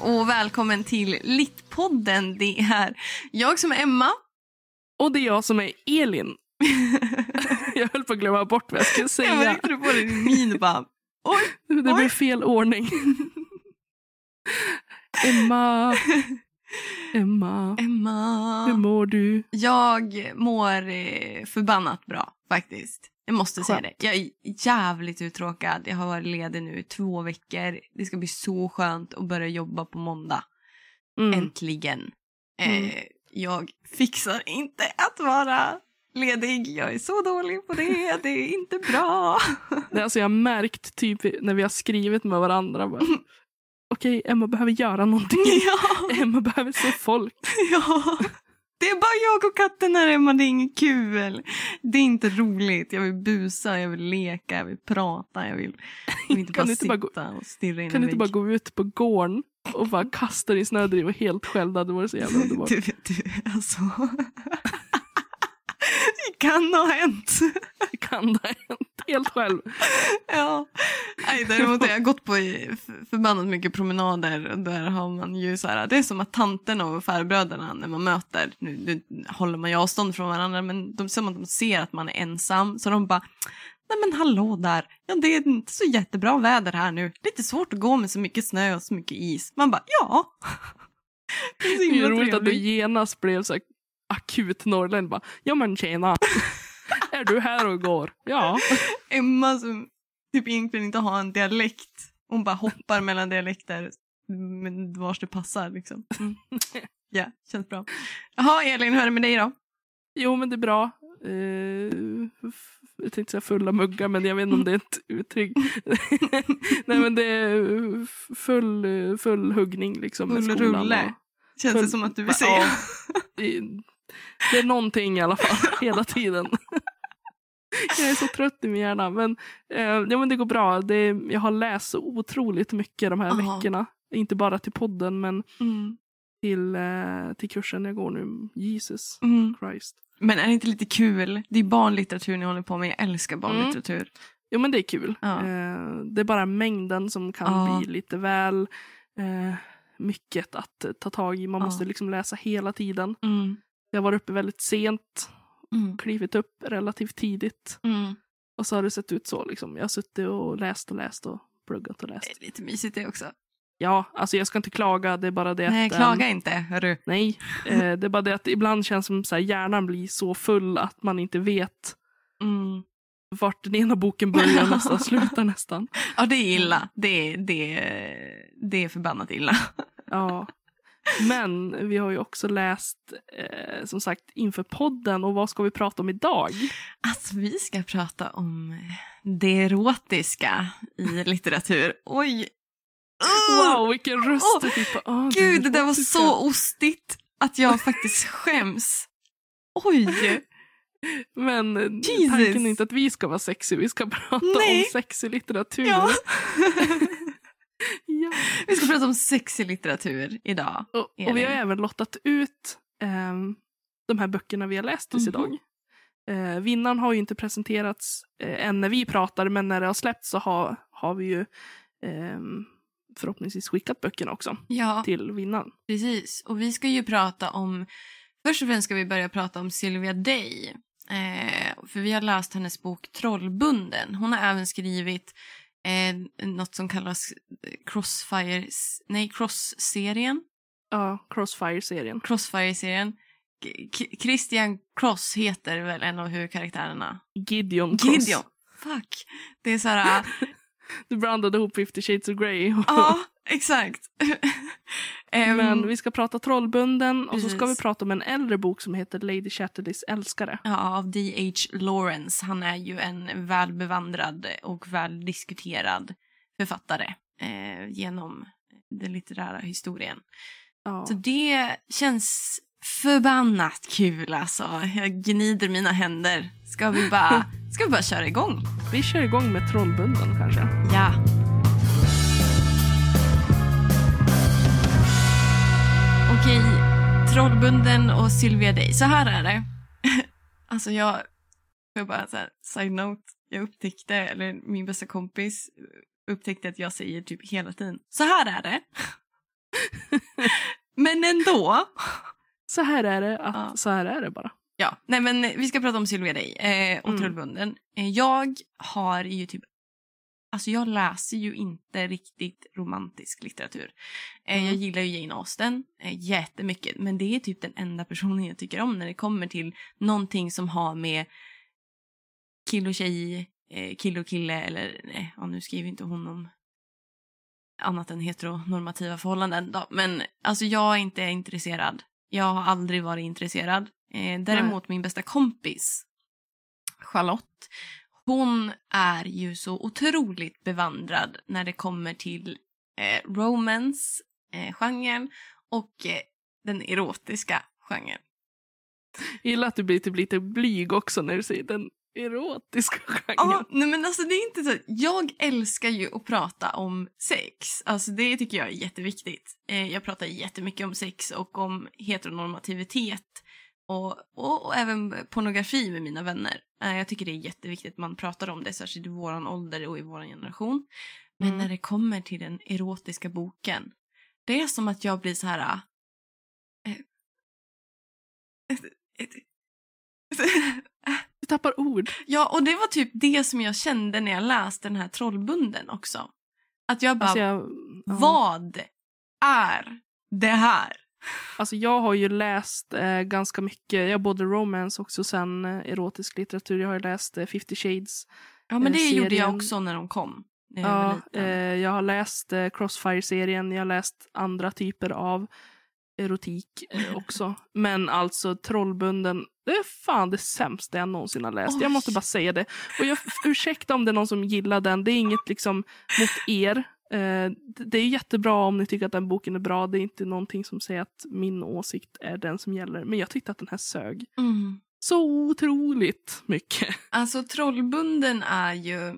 och välkommen till Littpodden. Det är jag som är Emma. Och det är jag som är Elin. Jag höll på att glömma bort vad jag skulle säga. Jag märkte det på din min bara. Oj, det blev fel ordning. Emma, hur mår du? Jag mår förbannat bra faktiskt. Jag måste säga det. Jag är jävligt uttråkad. Jag har varit ledig nu 2 veckor. Det ska bli så skönt att börja jobba på måndag. Äntligen. Jag fixar inte att vara ledig. Jag är så dålig på det. Det är inte bra. Alltså jag har märkt typ när vi har skrivit med varandra. Okej, Emma behöver göra någonting. Ja. Emma behöver se folk. Ja. Det är bara jag och katten här hemma, det är inget kul. Det är inte roligt. Jag vill busa, jag vill leka, jag vill prata, jag vill inte bara sitta och stirra in. Kan du inte bara gå ut på gården och bara kasta dig i snödriv och helt själv? Det hade varit så jävla underbart. Du, alltså. Det kan ha hänt. Det kan ha hänt helt själv. Ja. Nej, däremot har jag gått på förbannat mycket promenader. Och där har man ju så här, det är som att tanterna och farbröderna när man möter, nu håller man ju avstånd från varandra, men de ser att man är ensam, så de bara, nej men hallå där, ja det är inte så jättebra väder här nu, lite svårt att gå med så mycket snö och så mycket is. Man bara, ja. Det är så roligt att du genast blev så akut norrlänning, bara, ja men tjena. Är du här och går? Ja. Emma som typ egentligen inte har en dialekt. Hon bara hoppar mellan dialekter. Men vars det passar liksom. Ja, känns bra. Jaha, Elin, hur är det med dig då? Jo, men det är bra. Jag tänkte säga fulla muggar, men jag vet inte om det är ett uttryck. Nej, men det är full huggning liksom. Full rulle. Känns det som att du vill säga. Ja, det är någonting i alla fall, hela tiden. Jag är så trött i min hjärna. Men, ja, men det går bra. Jag har läst så otroligt mycket de här veckorna. Inte bara till podden, men till kursen jag går nu. Jesus Christ. Men är det inte lite kul? Det är barnlitteratur ni håller på med. Jag älskar barnlitteratur. Jo, men det är kul. Ja. Det är bara mängden som kan bli lite väl mycket att ta tag i. Man måste liksom läsa hela tiden. Jag var uppe väldigt sent. Klivit upp relativt tidigt. Och så har det sett ut så liksom. Jag har suttit och läst och pluggat och läst. Det är lite mysigt det också. Ja, alltså jag ska inte klaga. Det är bara det nej, att... klaga inte, hörru. Nej, det är bara det att ibland känns som så här, hjärnan blir så full att man inte vet vart den ena boken börjar nästan slutar nästan. Ja, det är illa. Det är förbannat illa. Ja. Men vi har ju också läst, som sagt, inför podden. Och vad ska vi prata om idag? Alltså, vi ska prata om det erotiska i litteratur. Oj! Wow, vilken röst du fick på. Gud, det där var så ostigt att jag faktiskt skäms. Oj! Men Jesus. tanken är inte att vi ska vara sexy. Vi ska prata om sexy litteratur. Ja. Ja. Vi ska prata om sexig litteratur idag. Och vi har även lottat ut de här böckerna vi har läst tills idag. Vinnaren har ju inte presenterats än när vi pratar, men när det har släppts så har vi ju förhoppningsvis skickat böckerna också till vinnaren. Precis, och vi ska ju prata om, först och främst ska vi börja prata om Sylvia Day. För vi har läst hennes bok Trollbunden. Hon har även skrivit något som kallas Cross-serien. Ja, Crossfire-serien. Crossfire-serien. Christian Cross heter väl en av huvudkaraktärerna. Gideon Cross. Gideon. Fuck. Det är så här... Du blandade ihop 50 Shades of Grey. Ja, exakt. Men vi ska prata Trollbunden. Och så ska vi prata om en äldre bok som heter Lady Chatterleys älskare. Ja, av D.H. Lawrence. Han är ju en välbevandrad och väldiskuterad författare genom den litterära historien. Ja. Så det känns förbannat kul alltså. Jag gnider mina händer. Ska vi bara köra igång? Vi kör igång med Trollbunden kanske. Ja. Okej, Trollbunden och Sylvia Day. Så här är det. Alltså jag bara så här, side note. Jag upptäckte, eller min bästa kompis upptäckte att jag säger typ hela tiden. Så här är det. Men ändå. Så här är det, så här är det bara. Ja, nej men vi ska prata om Sylvia Day och Trollbunden. Jag har ju typ, alltså jag läser ju inte riktigt romantisk litteratur. Jag gillar ju Jane Austen jättemycket, men det är typ den enda personen jag tycker om när det kommer till någonting som har med kill och tjej, kill och kille, eller nej, nu skriver inte hon om annat än heteronormativa förhållanden då. Men alltså jag är inte intresserad. Jag har aldrig varit intresserad. Däremot min bästa kompis Charlotte, hon är ju så otroligt bevandrad när det kommer till romance-genren och den erotiska genren. Jag gillar att du blir typ lite blyg också när du säger den erotiska genren. Ja, nej men alltså det är inte så. Jag älskar ju att prata om sex. Alltså det tycker jag är jätteviktigt. Jag pratar jättemycket om sex och om heteronormativitet och även pornografi med mina vänner. Jag tycker det är jätteviktigt att man pratar om det, särskilt i våran ålder och i våran generation. Men när det kommer till den erotiska boken, det är som att jag blir så här... Du tappar ord. Ja, och det var typ det som jag kände när jag läste den här Trollbunden också. Att jag bara, alltså vad är det här? Alltså jag har ju läst ganska mycket, jag både romance och sen erotisk litteratur. Jag har läst 50 Shades. Ja, men det gjorde jag också när de kom. Jag har läst Crossfire-serien, jag har läst andra typer av erotik också. Men alltså Trollbunden, det är fan det sämsta jag någonsin har läst. Jag måste bara säga det. Och jag ursäkta om det är någon som gillar den. Det är inget liksom mot er. Det är jättebra om ni tycker att den boken är bra. Det är inte någonting som säger att min åsikt är den som gäller. Men jag tyckte att den här sög så otroligt mycket. Alltså Trollbunden är ju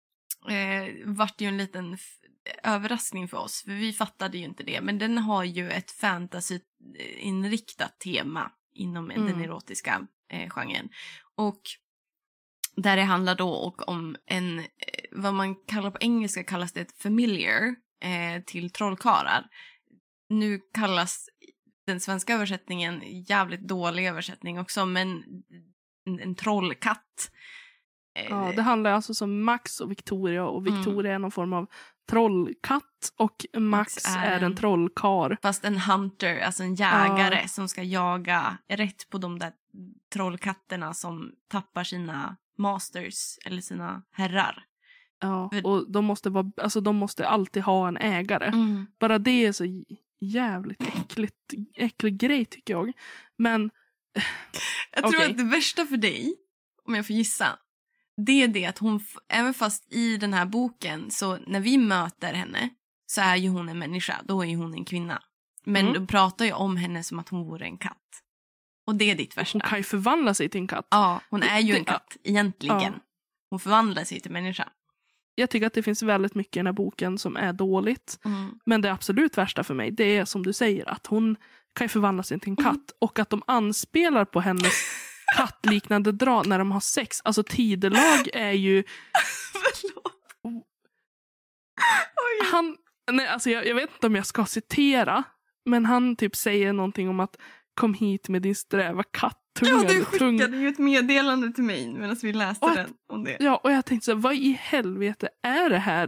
vart ju en liten överraskning för oss. För vi fattade ju inte det. Men den har ju ett fantasy-inriktat tema inom den erotiska genren. Och där det handlar då om en, vad man kallar på engelska kallas det ett familiar till trollkarlar. Nu kallas den svenska översättningen jävligt dålig översättning också, men en trollkatt. Ja, det handlar alltså som Max och Victoria, och Victoria är någon form av trollkatt och Max är en trollkar. Fast en hunter, alltså en jägare som ska jaga rätt på de där trollkatterna som tappar sina masters eller sina herrar. Ja, och de måste alltid ha en ägare. Bara det är så jävligt äcklig grej tycker jag. Men jag tror att det värsta för dig, om jag får gissa, det är det att hon, även fast i den här boken, så när vi möter henne så är ju hon en människa, då är ju hon en kvinna. Men de pratar ju om henne som att hon vore en katt. Och det är ditt värsta. Hon kan ju förvandla sig till en katt. Ja, hon är ju en katt egentligen. Ja. Hon förvandlar sig till människa. Jag tycker att det finns väldigt mycket i den här boken som är dåligt. Men det absolut värsta för mig, det är som du säger, att hon kan ju förvandla sig till en katt. Och att de anspelar på hennes kattliknande drag när de har sex. Alltså tidelag är ju... Jag vet inte om jag ska citera, men han typ säger någonting om att kom hit med din sträva kattunga. Ja, du skickade ju ett meddelande till mig medan vi läste den om det. Ja, och jag tänkte så här, vad i helvete är det här?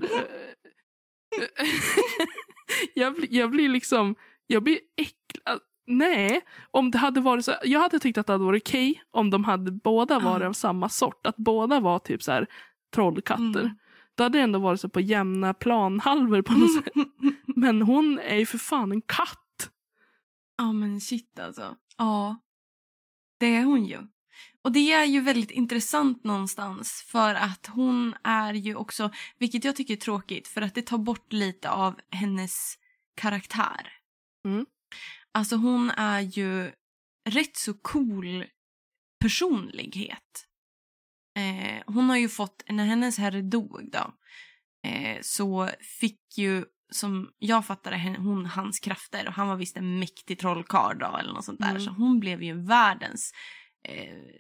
jag blir äcklad. Nej, om det hade varit så, jag hade tyckt att det hade varit okej om de hade båda varit av samma sort, att båda var typ så här trollkatter. Då hade det ändå varit så på jämna planhalvor på något sätt. Men hon är ju för fan en katt. Ja, men shit alltså. Ja, det är hon ju. Och det är ju väldigt intressant någonstans, för att hon är ju också, vilket jag tycker är tråkigt, för att det tar bort lite av hennes karaktär. Alltså hon är ju rätt så cool personlighet. Hon har ju fått, när hennes herre dog då, så fick ju, som jag fattade hon hans krafter, och han var visst en mäktig trollkarl då, eller något sånt där. Så hon blev ju världens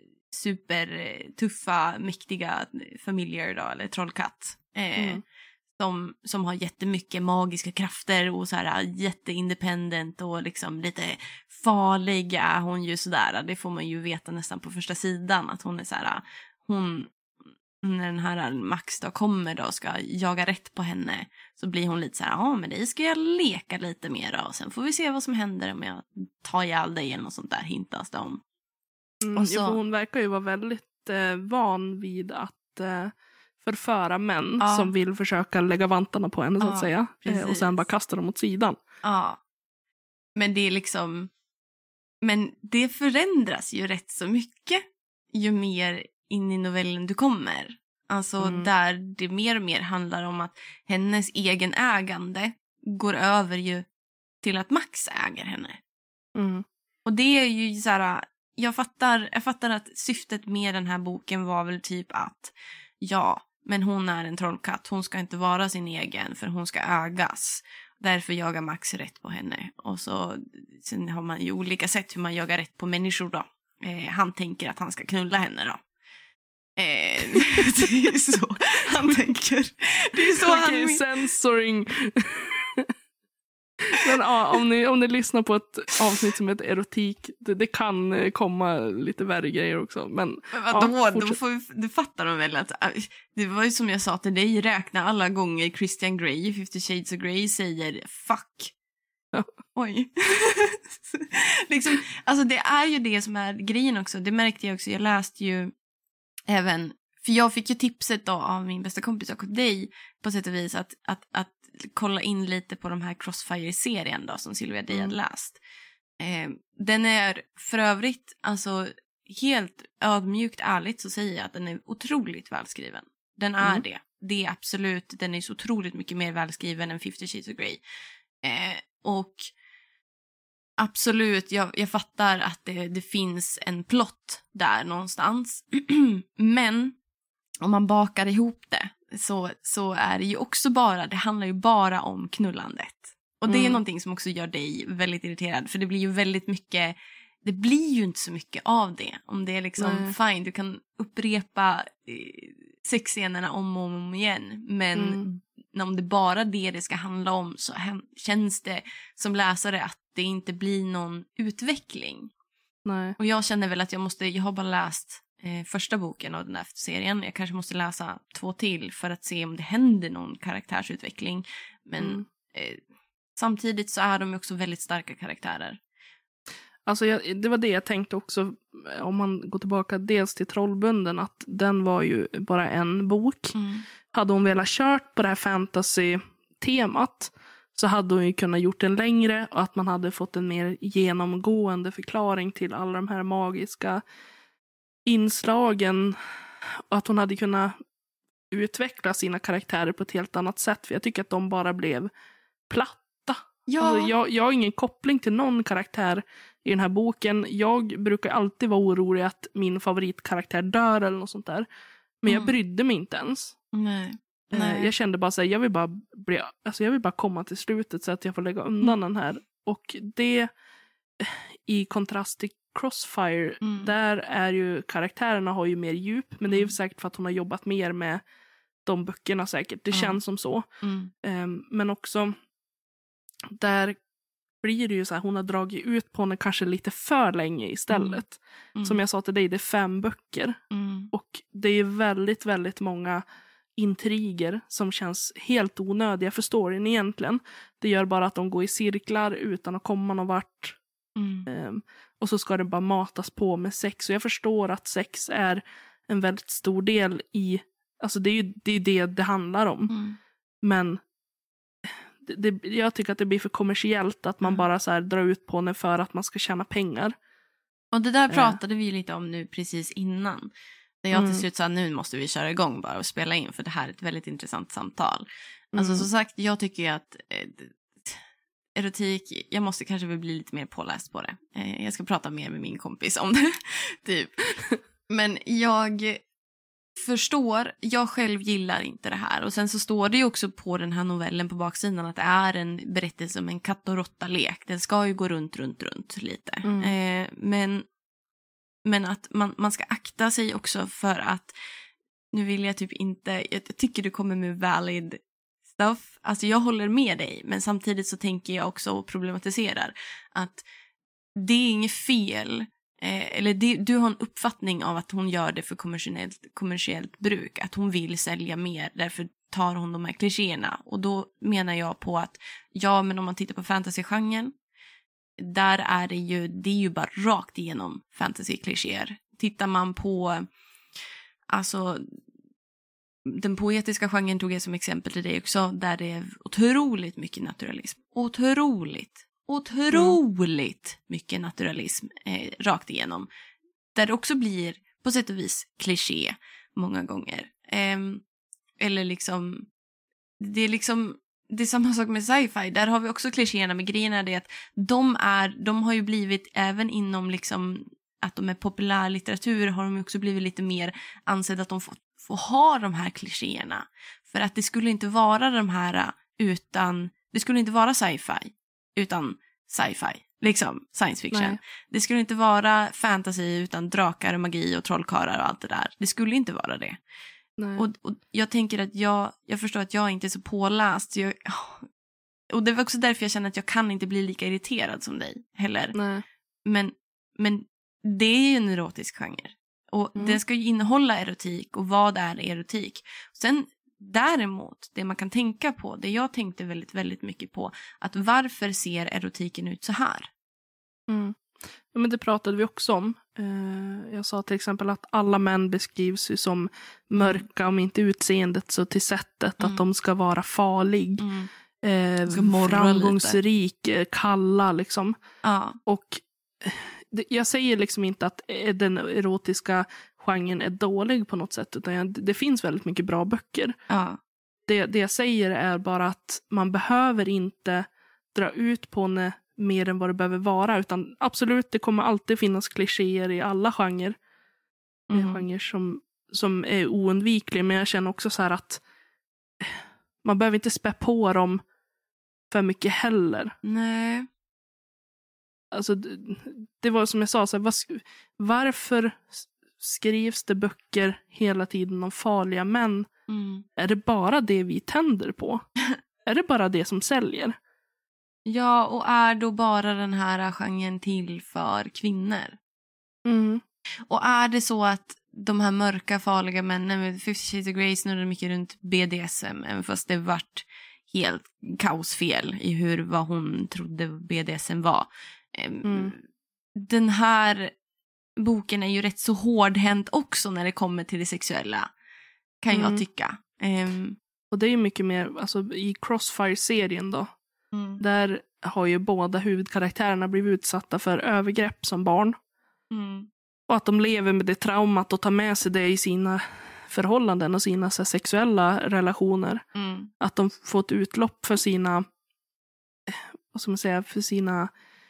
supertuffa, mäktiga familjer då, eller trollkatt. som har jättemycket magiska krafter och så här jätteindependent och liksom lite farlig är hon ju sådär. Det får man ju veta nästan på första sidan att hon är så här, när den här Max då kommer då och ska jaga rätt på henne så blir hon lite så här, ja men det ska jag leka lite mer då och sen får vi se vad som händer om jag tar ihjäl dig eller något sånt där hintas det om. Och så, hon verkar ju vara väldigt van vid att förföra män som vill försöka lägga vantarna på henne så att säga. Och sen bara kasta dem åt sidan. Ja. Men det är liksom... Men det förändras ju rätt så mycket ju mer in i novellen du kommer. Alltså där det mer och mer handlar om att hennes egen ägande går över ju till att Max äger henne. Och det är ju så här... Jag fattar att syftet med den här boken var väl typ att men hon är en trollkatt. Hon ska inte vara sin egen för hon ska ägas. Därför jagar Max rätt på henne. Och sen har man ju olika sätt hur man jagar rätt på människor då. Han tänker att han ska knulla henne då. Det är ju så han tänker. Det är så han... censoring. Men om ni lyssnar på ett avsnitt som heter erotik, det kan komma lite värre grejer också. Men du fattar de väl att det var ju som jag sa till dig, räkna alla gånger Christian Grey i 50 Shades of Grey säger fuck. Ja. Oj. Liksom, alltså det är ju det som är grejen också. Det märkte jag också. Jag läste ju även, för jag fick ju tipset då av min bästa kompis och dig på sätt och vis att kolla in lite på de här Crossfire-serien då som Sylvia Day hade läst. Den är för övrigt, alltså helt ödmjukt ärligt så säger jag att den är otroligt välskriven. Den är det. Det är absolut, den är så otroligt mycket mer välskriven än 50 Shades of Grey. Och absolut, jag fattar att det finns en plott där någonstans. Men om man bakar ihop det så är det ju också det handlar ju bara om knullandet. Och det är någonting som också gör dig väldigt irriterad. För det blir ju väldigt mycket, det blir ju inte så mycket av det. Om det är liksom, fine, du kan upprepa sexscenerna om och om igen. Men om det bara det ska handla om så känns det som läsare att det inte blir någon utveckling. Nej. Och jag känner väl att jag har bara läst första boken av den här serien. Jag kanske måste läsa 2 till för att se om det händer någon karaktärsutveckling. Men samtidigt så är de också väldigt starka karaktärer. Alltså det var det jag tänkte också, om man går tillbaka dels till Trollbunden, att den var ju bara en bok. Hade hon velat kört på det här fantasy-temat så hade hon ju kunnat gjort den längre och att man hade fått en mer genomgående förklaring till alla de här magiska inslagen och att hon hade kunnat utveckla sina karaktärer på ett helt annat sätt. För jag tycker att de bara blev platta. Ja. Alltså jag har ingen koppling till någon karaktär i den här boken. Jag brukar alltid vara orolig att min favoritkaraktär dör eller något sånt där. Men jag brydde mig inte ens. Nej. Jag kände bara så här, jag vill bara komma till slutet så att jag får lägga undan den här. Och det i kontrast till Crossfire, där är ju karaktärerna har ju mer djup, men det är ju säkert för att hon har jobbat mer med de böckerna säkert. Det känns som så. Men också där blir det ju så här, hon har dragit ut på henne kanske lite för länge istället. Som jag sa till dig, det är 5 böcker. Och det är väldigt, väldigt många intriger som känns helt onödiga för storyn egentligen. Det gör bara att de går i cirklar utan att komma någon vart. Och så ska det bara matas på med sex. Och jag förstår att sex är en väldigt stor del i, alltså det är det handlar om. Men jag tycker att det blir för kommersiellt att man bara så här drar ut på det för att man ska tjäna pengar. Och det där pratade vi lite om nu precis innan. Där jag till slut sa, nu måste vi köra igång bara och spela in, för det här är ett väldigt intressant samtal. Alltså som sagt, jag tycker ju att erotik, jag måste kanske bli lite mer påläst på det. Jag ska prata mer med min kompis om det. Typ. Men jag förstår, jag själv gillar inte det här. Och sen så står det ju också på den här novellen på baksidan att det är en berättelse om en katt- och råtta-lek. Den ska ju gå runt lite. Men att man ska akta sig också för att, nu vill jag typ inte, jag tycker du kommer med valid stuff. Alltså jag håller med dig, men samtidigt så tänker jag också och problematiserar att det är inget fel. Eller du har en uppfattning av att hon gör det för kommersiellt bruk. Att hon vill sälja mer, därför tar hon de här klichéerna. Och då menar jag på att, ja, men om man tittar på fantasy-genren, där är det är ju bara rakt igenom fantasy-klichéer. Tittar man på, alltså, den poetiska genren tog jag som exempel till dig också, där det är otroligt mycket naturalism. Otroligt mycket naturalism rakt igenom. Där det också blir på sätt och vis kliché många gånger. Eller liksom, det är samma sak med sci-fi. Där har vi också klichéerna, med grejerna det att de har ju blivit, även inom liksom att de är populärlitteratur, har de ju också blivit lite mer ansedd att de får ha de här klichéerna. För att det skulle inte vara de här utan, det skulle inte vara sci-fi utan sci-fi, liksom science fiction. Nej. Det skulle inte vara fantasy utan drakar och magi och trollkarlar och allt det där. Det skulle inte vara det. Nej. Och jag tänker att jag förstår att jag inte är så påläst. Och det var också därför jag känner att jag kan inte bli lika irriterad som dig heller. Nej. Men det är ju en erotisk genre. Och den ska ju innehålla erotik. Och vad är erotik? Sen däremot, det man kan tänka på, det jag tänkte väldigt, väldigt mycket på, att varför ser erotiken ut så här? Ja, men det pratade vi också om. Jag sa till exempel att alla män beskrivs ju som mörka, om inte utseendet så till sättet att de ska vara farlig, framgångsrik, kalla liksom. Och jag säger liksom inte att den erotiska genren är dålig på något sätt, utan det finns väldigt mycket bra böcker. Det jag säger är bara att man behöver inte dra ut på henne mer än vad det behöver vara, utan absolut, det kommer alltid finnas klichéer i alla genrer. Genrer som är oundvikliga, men jag känner också så här att man behöver inte spä på dem för mycket heller. Nej. Alltså, det var som jag sa, så här, varför skrivs det böcker hela tiden om farliga män? Är det bara det vi tänder på? Är det bara det som säljer? Ja, och är då bara den här genren till för kvinnor? Och är det så att de här mörka, farliga männen med 50 Shades of Grey snurrar mycket runt BDSM, även fast det vart helt kaosfel i vad hon trodde BDSM var. Den här boken är ju rätt så hårdhänt också när det kommer till det sexuella, kan jag tycka. Och det är mycket mer, alltså i Crossfire-serien då, där har ju båda huvudkaraktärerna blivit utsatta för övergrepp som barn. Och att de lever med det traumat och tar med sig det i sina förhållanden och sina så här, sexuella relationer. Att de får ett utlopp för sina, vad ska man säga, för sina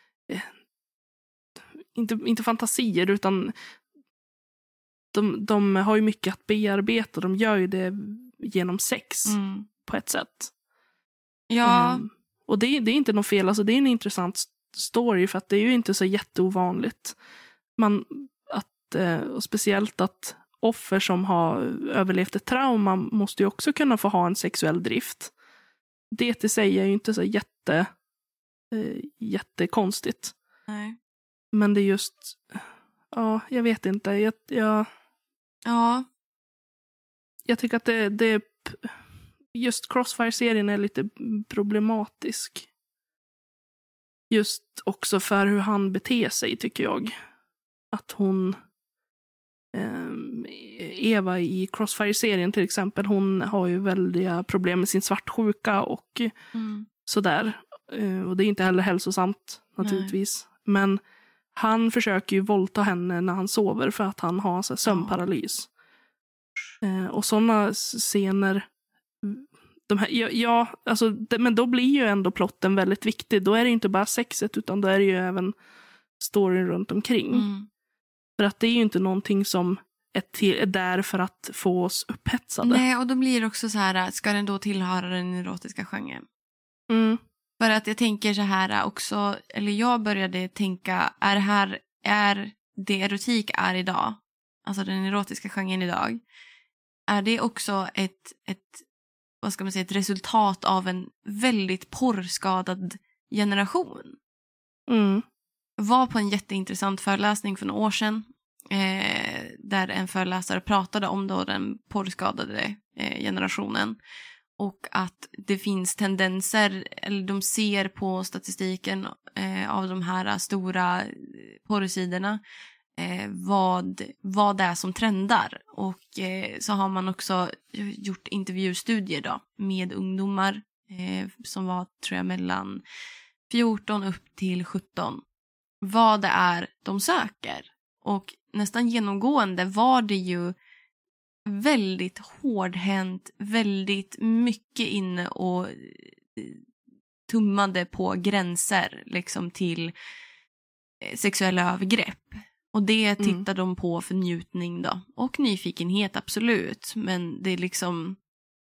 inte fantasier, utan de har ju mycket att bearbeta. De gör ju det genom sex på ett sätt. Ja. Och det är inte något fel. Alltså det är en intressant story, för att det är ju inte så jätteovanligt. Och speciellt att offer som har överlevt ett trauma måste ju också kunna få ha en sexuell drift. Det till sig är ju inte så jättekonstigt. Nej. Men det är just, ja, jag vet inte. Jag tycker att det just Crossfire-serien är lite problematisk. Just också för hur han beter sig, tycker jag. Att hon, Eva i Crossfire-serien till exempel, hon har ju väldiga problem med sin svartsjuka och sådär. Och det är inte heller hälsosamt naturligtvis. Nej. Men han försöker ju våldta henne när han sover för att han har så här sömnparalys. Och sådana scener, men då blir ju ändå plotten väldigt viktig. Då är det inte bara sexet, utan då är det ju även storyn runt omkring. För att det är ju inte någonting som är där för att få oss upphetsade. Nej, och då blir det också så här, ska den då tillhöra den erotiska genren? För att jag tänker så här också, eller jag började tänka, är det erotik är idag, alltså den erotiska genren idag, är det också ett vad ska man säga, ett resultat av en väldigt porrskadad generation. Var på en jätteintressant föreläsning för några år sedan. Där en föreläsare pratade om då den porrskadade generationen. Och att det finns tendenser, eller de ser på statistiken av de här stora porrsidorna vad det är som trendar. Och så har man också gjort intervjustudier då med ungdomar som var, tror jag, mellan 14 upp till 17. Vad det är de söker. Och nästan genomgående var det ju väldigt hårdhänt, väldigt mycket inne och tummade på gränser liksom till sexuella övergrepp. Och det tittar de på för njutning då. Och nyfikenhet, absolut. Men det är liksom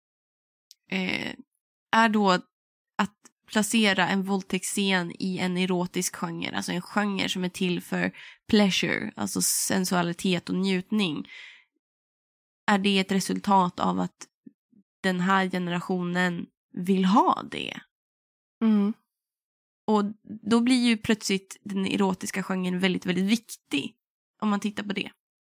är då att placera en våldtäktsscen i en erotisk genre. Alltså en genre som är till för pleasure, alltså sensualitet och njutning. Är det ett resultat av att den här generationen vill ha det? Och då blir ju plötsligt den erotiska genren väldigt, väldigt viktig. Om man tittar på det.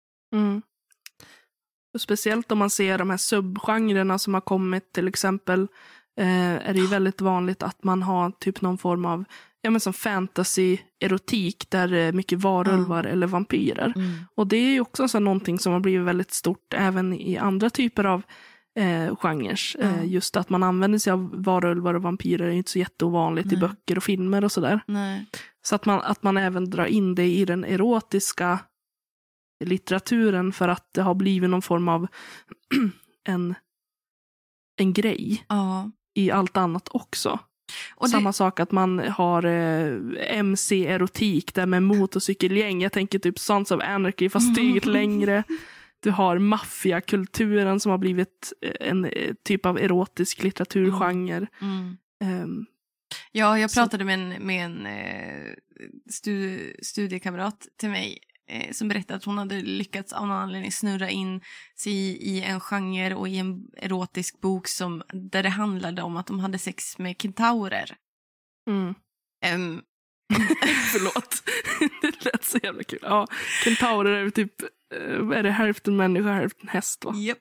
Och speciellt om man ser de här subgenrerna som har kommit, till exempel är det ju väldigt vanligt att man har typ någon form av som fantasy-erotik där det är mycket varulvar eller vampyrer. Och det är ju också så någonting som har blivit väldigt stort även i andra typer av genrer. Just att man använder sig av varulvar och vampyrer är inte så jätteovanligt i böcker och filmer och sådär. Så att man även drar in det i den erotiska litteraturen för att det har blivit någon form av en grej i allt annat också. Och samma sak att man har MC-erotik där med motorcykelgäng. Jag tänker typ Sons of Anarchy fast steget längre. Du har maffiakulturen som har blivit en typ av erotisk litteraturgenre. Ja, jag pratade med en studiekamrat till mig som berättade att hon hade lyckats av någon anledning snurra in sig i en genre och i en erotisk bok där det handlade om att de hade sex med kentaurer. Förlåt. Det lät så jävla kul. Ja, kentaurer är typ är det hälften människa, hälften häst, va? Japp.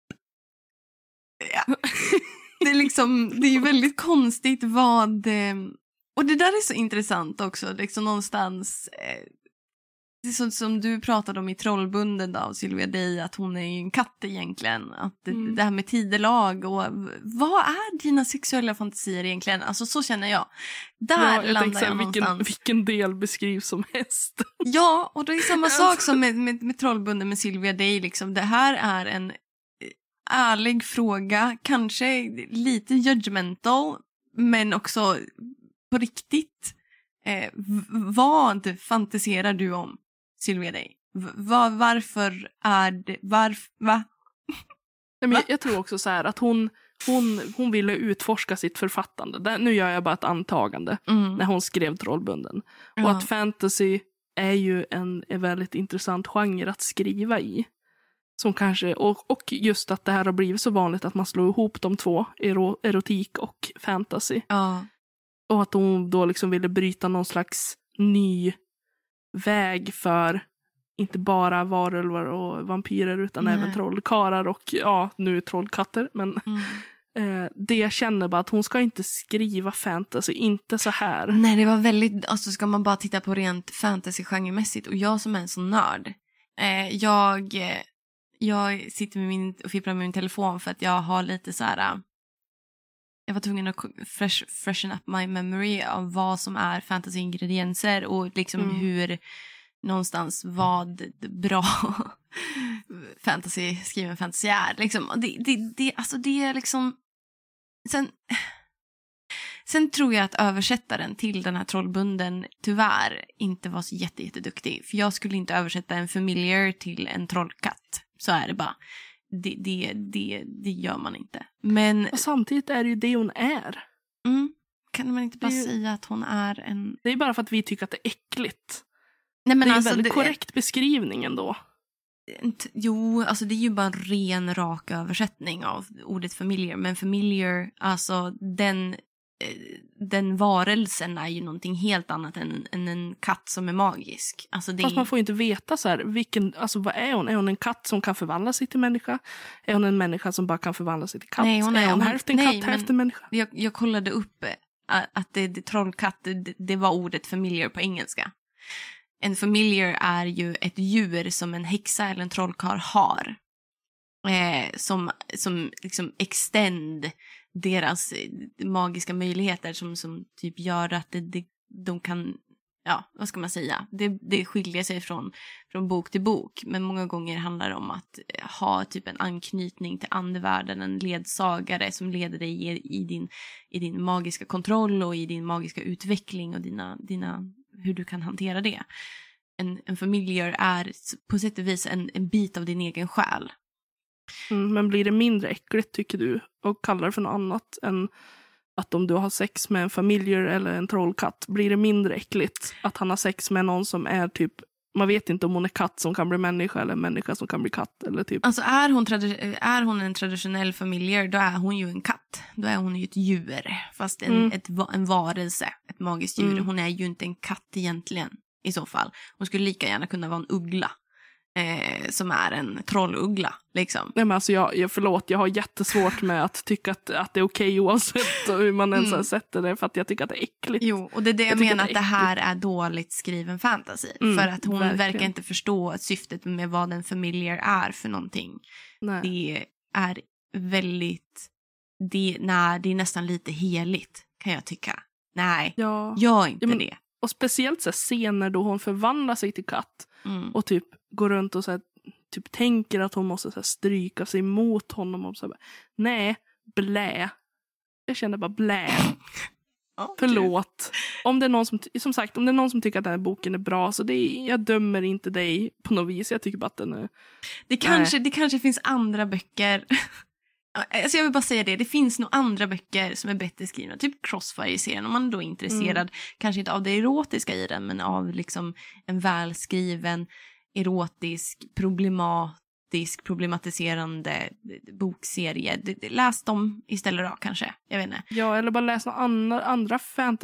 Ja. Det är ju väldigt konstigt och det där är så intressant också, liksom någonstans det är som du pratade om i Trollbunden då, av Sylvia Day, att hon är ju en katt egentligen. Att det här med tidelag och vad är dina sexuella fantasier egentligen? Alltså så känner jag. Jag landar jag någonstans. Vilken del beskrivs som häst? Ja, och det är samma sak som med Trollbunden med Sylvia Day. Liksom. Det här är en ärlig fråga, kanske lite judgmental, men också på riktigt. Vad fantiserar du om, Sylvia Day? Varför är det... Va? Jag tror också så här att hon ville utforska sitt författande. Nu gör jag bara ett antagande när hon skrev Trollbunden. Och att fantasy är ju en väldigt intressant genre att skriva i. Som kanske, och just att det här har blivit så vanligt att man slår ihop de två, erotik och fantasy. Och att hon då liksom ville bryta någon slags ny väg för inte bara varulvar och vampyrer utan även trollkarlar och nu trollkatter. Men det jag känner bara att hon ska inte skriva fantasy, inte så här. Nej, det var väldigt, alltså ska man bara titta på rent fantasy-genremässigt, och jag som är en sån nörd. Jag sitter och fipplar med min telefon för att jag har lite så här. Jag var tvungen att freshen up my memory av vad som är fantasy-ingredienser och liksom hur någonstans vad bra skriven fantasy är. Liksom. Det är liksom... Sen tror jag att översättaren till den här Trollbunden tyvärr inte var så jätteduktig. För jag skulle inte översätta en familiar till en trollkatt. Så är det bara. Det gör man inte. Men... Och samtidigt är det ju det hon är. Kan man inte bara säga att hon är en... Det är bara för att vi tycker att det är äckligt. Nej, men det är alltså, en väldigt korrekt beskrivning ändå. Jo, alltså det är ju bara en ren rak översättning av ordet familiar. Men familiar, alltså den varelsen är ju någonting helt annat än en katt som är magisk. Alltså Fast man får ju inte veta så här, alltså vad är hon? Är hon en katt som kan förvandla sig till människa? Är hon en människa som bara kan förvandla sig till katt? Nej, är hon hälften katt, hälften människa? Jag kollade upp att det trollkatt, det var ordet familiar på engelska. En familiar är ju ett djur som en häxa eller en trollkarl har. Som liksom extend deras magiska möjligheter som typ gör att de kan, ja, vad ska man säga? Det skiljer sig från bok till bok. Men många gånger handlar det om att ha typ en anknytning till andevärlden, en ledsagare som leder dig i din magiska kontroll och i din magiska utveckling och dina hur du kan hantera det. En familiar är på sätt och vis en bit av din egen själ. Men blir det mindre äckligt tycker du och kallar det för något annat än att om du har sex med en familiar eller en trollkatt, blir det mindre äckligt att han har sex med någon som är typ, man vet inte om hon är katt som kan bli människa eller människa som kan bli katt eller typ. Alltså är hon en traditionell familiar, då är hon ju en katt. Då är hon ju ett djur, fast en varelse, ett magiskt djur. Hon är ju inte en katt egentligen i så fall. Hon skulle lika gärna kunna vara en uggla. Som är en trolluggla liksom. Nej, men alltså förlåt, jag har jättesvårt med att tycka att det är okej oavsett hur man ens sätter det, för att jag tycker att det är äckligt. Jo, och det är det jag menar, att det här är dåligt skriven fantasy. För att hon verkar inte förstå syftet med vad en familiar är för någonting. Nej. Det är väldigt, det är nästan lite heligt, kan jag tycka. Nej, gör inte det. Och speciellt så här scener då hon förvandlar sig till katt och typ går runt och så här, typ tänker att hon måste så här, stryka sig mot honom och så här, nej, blä. Jag känner bara blä. Förlåt. Om det är någon som tycker att den här boken är bra, så jag dömer inte dig på något vis. Jag tycker bara att den är... Det kanske finns andra böcker. Alltså jag vill bara säga det finns nog andra böcker som är bättre skrivna, typ Crossfire-serien, om man då är intresserad kanske inte av det erotiska i den, men av liksom en välskriven erotisk problematiserande bokserie. Läs dem istället då kanske, jag vet inte. Ja, eller bara läs någon annan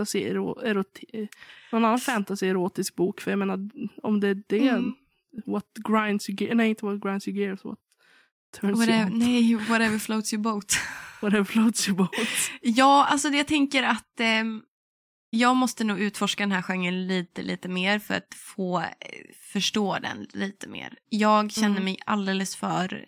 fantasy erotisk bok, för jag menar om det är det what grinds you gears, nej inte what grinds you gears, what whatever floats your boat. Whatever floats your boat. Ja, alltså jag tänker att jag måste nog utforska den här genren lite mer för att få förstå den lite mer. Jag känner mig alldeles för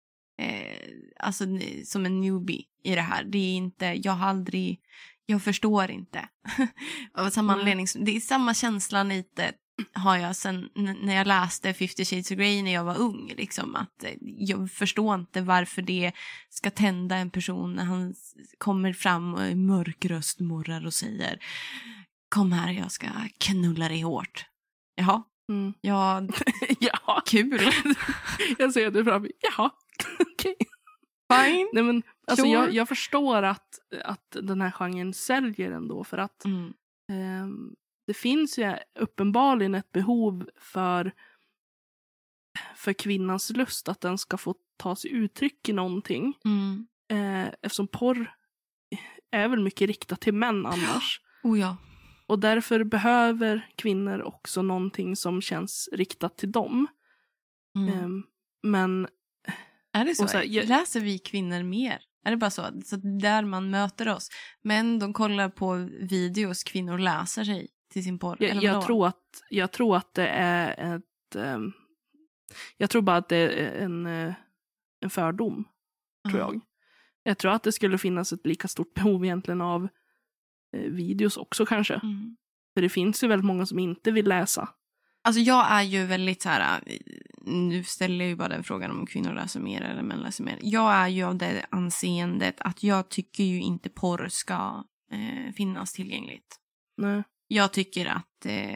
alltså som en newbie i det här. Det är inte, jag förstår inte. Av samma anledning, det är samma känsla lite har jag sen när jag läste 50 Shades of Grey när jag var ung, liksom, att jag förstår inte varför det ska tända en person när han kommer fram och i mörk röst morrar och säger kom här, jag ska knulla dig hårt. Jaha. Ja, kul. Jag ser det fram. Jaha. Okej. Fine. Nej, men alltså jag förstår att den här genren säljer ändå, för att det finns ju uppenbarligen ett behov för kvinnans lust, att den ska få ta sig uttryck i någonting. Eftersom porr är väl mycket riktat till män annars. Oh ja. Och därför behöver kvinnor också någonting som känns riktat till dem. Men... Är det så? Läser vi kvinnor mer? Är det bara så där man möter oss? Men de kollar på videos, kvinnor läser sig till sin porr. Jag tror att det är jag tror bara att det är en fördom, tror jag. Jag tror att det skulle finnas ett lika stort behov egentligen av videos också kanske. För det finns ju väldigt många som inte vill läsa. Alltså jag är ju väldigt så här, nu ställer jag ju bara den frågan om kvinnor läser mer eller män läser mer. Jag är ju av det anseendet att jag tycker ju inte porr ska finnas tillgängligt. Nej. Jag tycker att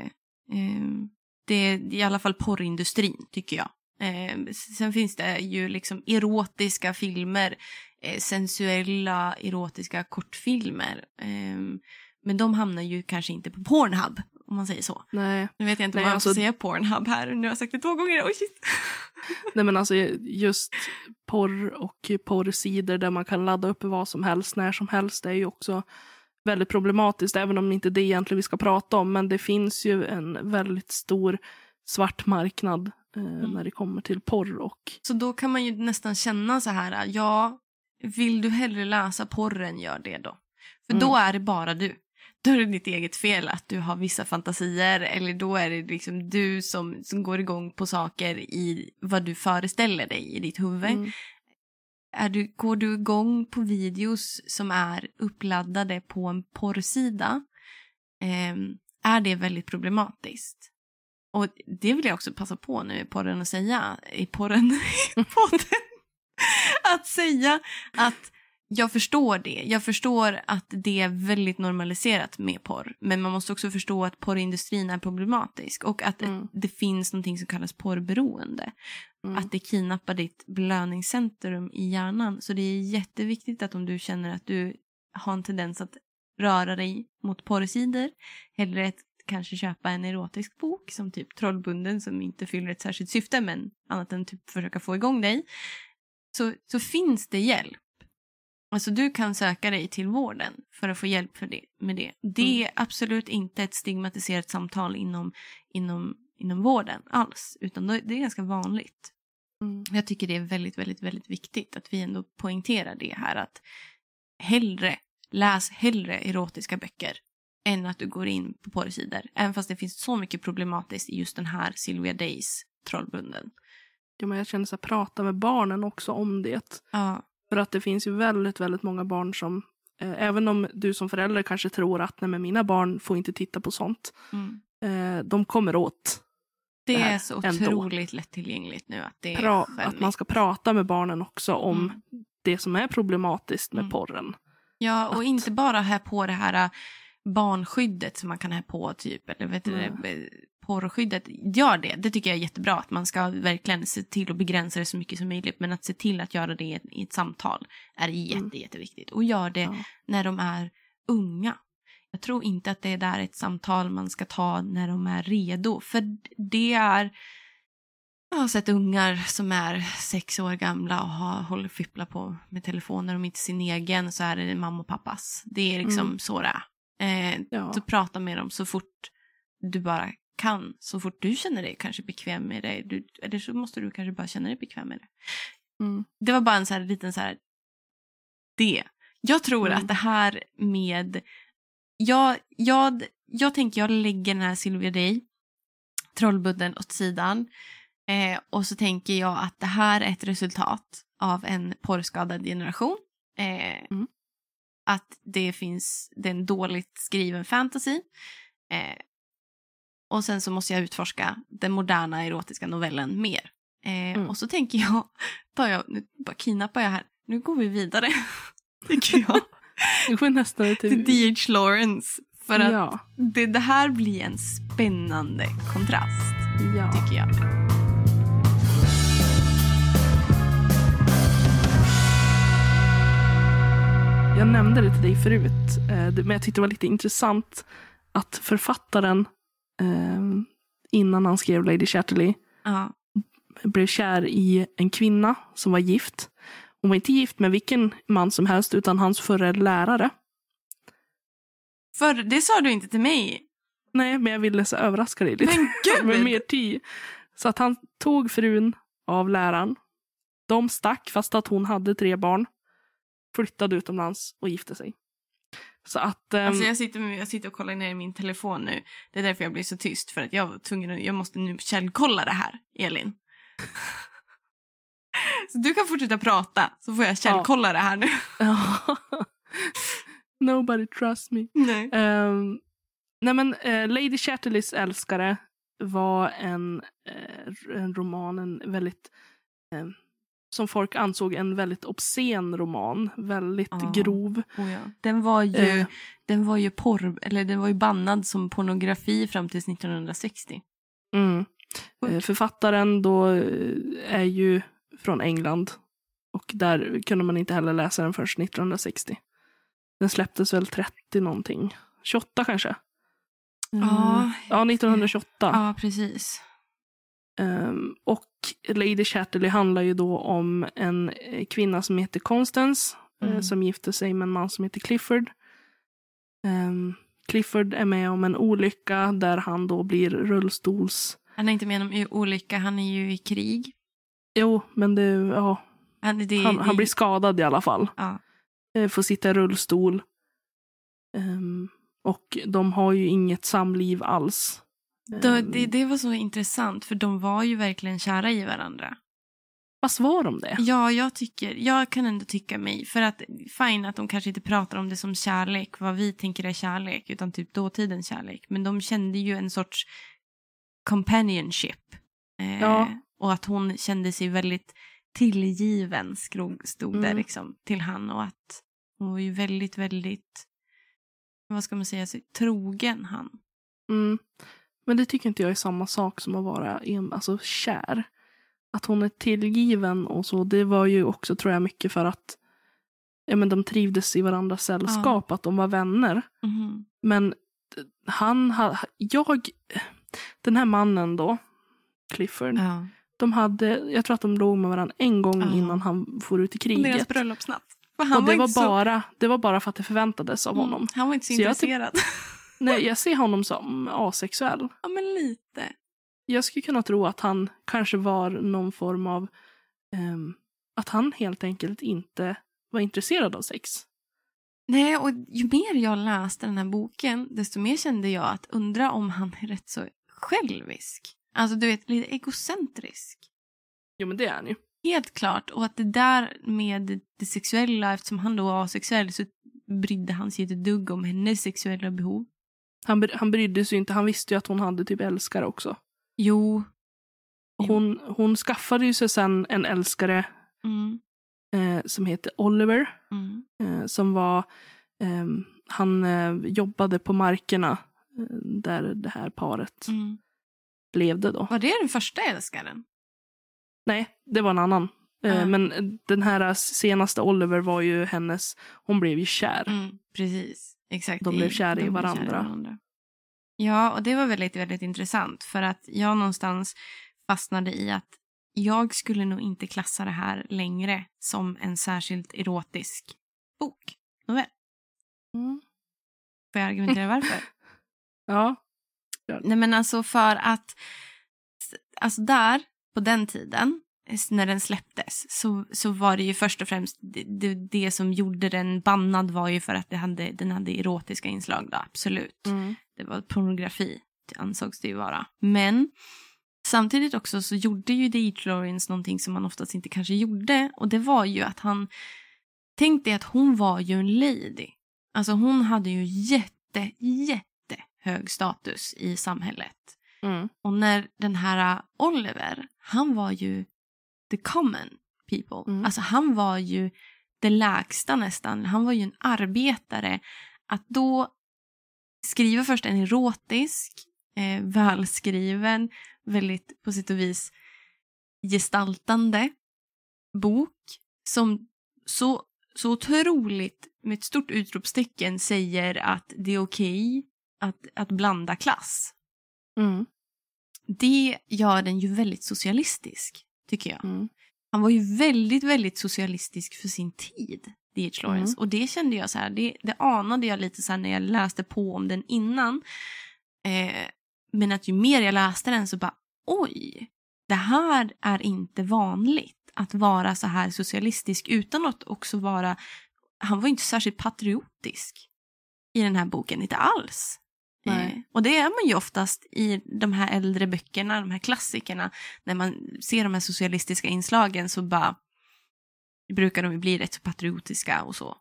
det är i alla fall porrindustrin, tycker jag. Sen finns det ju liksom erotiska filmer, sensuella erotiska kortfilmer. Men de hamnar ju kanske inte på Pornhub. om man säger så. Nej. Nu vet jag inte om man får säga Pornhub här. Nu har jag sagt det 2 gånger. Oh, shit. Nej, men alltså just porr och porrsidor där man kan ladda upp vad som helst när som helst, det är ju också väldigt problematiskt, även om inte det egentligen vi ska prata om, men det finns ju en väldigt stor svart marknad när det kommer till porr. Så då kan man ju nästan känna så här, ja, vill du hellre läsa porren, gör det då. För då är det bara du. Då är det ditt eget fel att du har vissa fantasier, eller då är det liksom du som går igång på saker i vad du föreställer dig i ditt huvud. Går du igång på videos som är uppladdade på en porrsida, är det väldigt problematiskt. Och det vill jag också passa på nu i podden att säga, att säga att jag förstår det. Jag förstår att det är väldigt normaliserat med porr. Men man måste också förstå att porrindustrin är problematisk. Och att det finns någonting som kallas porrberoende. Att det kidnappar ditt belöningscentrum i hjärnan. Så det är jätteviktigt att om du känner att du har en tendens att röra dig mot porrsidor. Hellre kanske köpa en erotisk bok som typ Trollbunden, som inte fyller ett särskilt syfte, men annat än typ försöka få igång dig. Så finns det hjälp. Alltså du kan söka dig till vården för att få hjälp med det. Det är absolut inte ett stigmatiserat samtal inom vården alls. Utan det är ganska vanligt. Jag tycker det är väldigt, väldigt, väldigt viktigt att vi ändå poängterar det här. Att läs hellre erotiska böcker än att du går in på porrsidor. Även fast det finns så mycket problematiskt i just den här Sylvia Days Trollbunden. Ja, men jag känner så att prata med barnen också om det. Ja. För att det finns ju väldigt, väldigt många barn som, även om du som förälder kanske tror att nej, men mina barn får inte titta på sånt. De kommer åt. Det är så otroligt lättillgängligt nu att det är att man ska prata med barnen också om det som är problematiskt med porren. Ja, och inte bara här på det här barnskyddet som man kan ha på typ, eller vet du porrskyddet, gör det. Det tycker jag är jättebra, att man ska verkligen se till att begränsa det så mycket som möjligt, men att se till att göra det i ett samtal är jätteviktigt. Och gör det när de är unga. Jag tror inte att det är där ett samtal man ska ta när de är redo, för det är, jag har sett ungar som är 6 år gamla och håller fippla på med telefoner, om inte sin egen så är det mamma och pappas. Det är liksom så det är. Så prata med dem så fort du bara kan, så fort du känner dig kanske bekväm med det. Eller så måste du kanske bara känna dig bekväm med det. Det var bara en så här liten så här det. Jag tror att det här med jag tänker jag lägger den här Sylvia Day Trollbunden åt sidan. Och så tänker jag att det här är ett resultat av en porrskadad generation. Att det är en dåligt skriven fantasy. Och sen så måste jag utforska den moderna erotiska novellen mer. Och så tänker nu bara kidnappar jag här. Nu går vi vidare, tycker jag. Du får nästan till D.H. Lawrence. För att det här blir en spännande kontrast, tycker jag. Jag nämnde det till dig förut, men jag tyckte det var lite intressant att författaren innan han skrev Lady Chatterley blev kär i en kvinna som var gift. Hon var inte gift med vilken man som helst, utan hans förre lärare. För det sa du inte till mig. Nej, men jag ville så överraska dig lite. Men gud! Med mer tid. Så att han tog frun av läraren. De stack fast att hon hade 3 barn. Flyttade utomlands och gifte sig. Så att, alltså jag sitter och kollar ner i min telefon nu. Det är därför jag blir så tyst. För att jag måste nu källkolla det här, Elin. Så du kan fortsätta prata. Så får jag källkolla det här nu. Nobody trusts me. Nej. Nej men Lady Chatterleys älskare var en roman, en väldigt som folk ansåg en väldigt obscen roman, väldigt grov. Ja. Den var ju den var ju bannad som pornografi fram till 1960. Författaren då är ju från England, och där kunde man inte heller läsa den först 1960. Den släpptes väl 30 någonting. 28 kanske. Ja, 1928. Ja, precis. Och Lady Chatterley handlar ju då om en kvinna som heter Constance som gifter sig med en man som heter Clifford. Clifford är med om en olycka där han då blir rullstols... Han är inte med om en olycka, han är ju i krig. Jo, men han blir skadad i alla fall. Ja. Får sitta i rullstol. Och de har ju inget samliv alls. Det var så intressant, för de var ju verkligen kära i varandra. Fast var de det? Ja, jag kan ändå tycka mig. För att, fine att de kanske inte pratar om det som kärlek, vad vi tänker är kärlek, utan typ dåtidens kärlek. Men de kände ju en sorts companionship. Och att hon kände sig väldigt tillgiven, stod där liksom, till han. Och att hon var ju väldigt, väldigt, vad ska man säga, så trogen han. Men det tycker inte jag är samma sak som att vara kär. Att hon är tillgiven och så, det var ju också, tror jag, mycket för att de trivdes i varandras sällskap, att de var vänner. Men den här mannen då, Clifford, jag tror att de låg med varandra en gång innan han får ut i kriget. Deras bröllopsnatt. Och det var bara för att det förväntades av honom. Han var inte så intresserad. Nej, jag ser honom som asexuell. Ja, men lite. Jag skulle kunna tro att han kanske var någon form av... att han helt enkelt inte var intresserad av sex. Nej, och ju mer jag läste den här boken, desto mer kände jag att undra om han är rätt så självisk. Alltså, du vet, lite egocentrisk. Jo, men det är han ju. Helt klart. Och att det där med det sexuella, eftersom han då var asexuell, så brydde han sig inte ett dugg om hennes sexuella behov. Han brydde sig inte. Han visste ju att hon hade typ älskare också. Jo. Hon skaffade ju sig sen en älskare som heter Oliver. Som var... han jobbade på markerna där det här paret levde då. Var det den första älskaren? Nej, det var en annan. Men den här senaste Oliver var ju hennes... Hon blev ju kär. Precis, exakt. De blev kära i varandra. Ja, och det var väldigt, väldigt intressant. För att jag någonstans fastnade i att jag skulle nog inte klassa det här längre som en särskilt erotisk bok. Novell. Får jag argumentera varför? Ja. Nej, men alltså för att där på den tiden när den släpptes så var det ju först och främst det som gjorde den bannad var ju för att den hade erotiska inslag då, absolut. Det var pornografi, det ansågs det ju vara. Men samtidigt också så gjorde ju D.H. Lawrence någonting som man oftast inte kanske gjorde, och det var ju att han tänkte att hon var ju en lady. Alltså hon hade ju jätte hög status i samhället. Och när den här Oliver, han var ju the common people. Alltså han var ju det lägsta nästan. Han var ju en arbetare. Att då skriva först en erotisk, välskriven, väldigt på sätt och vis gestaltande bok som så otroligt med ett stort utropstecken säger att det är okej att blanda klass. Det gör den ju väldigt socialistisk, tycker jag. Han var ju väldigt, väldigt socialistisk för sin tid, D.H. Lawrence. Och det kände jag så här, det anade jag lite så här när jag läste på om den innan. Men att ju mer jag läste den så bara, oj, det här är inte vanligt att vara så här socialistisk utan att också vara, han var inte särskilt patriotisk i den här boken, inte alls. Och det är man ju oftast i de här äldre böckerna, de här klassikerna, när man ser de här socialistiska inslagen så bara brukar de bli rätt så patriotiska och så.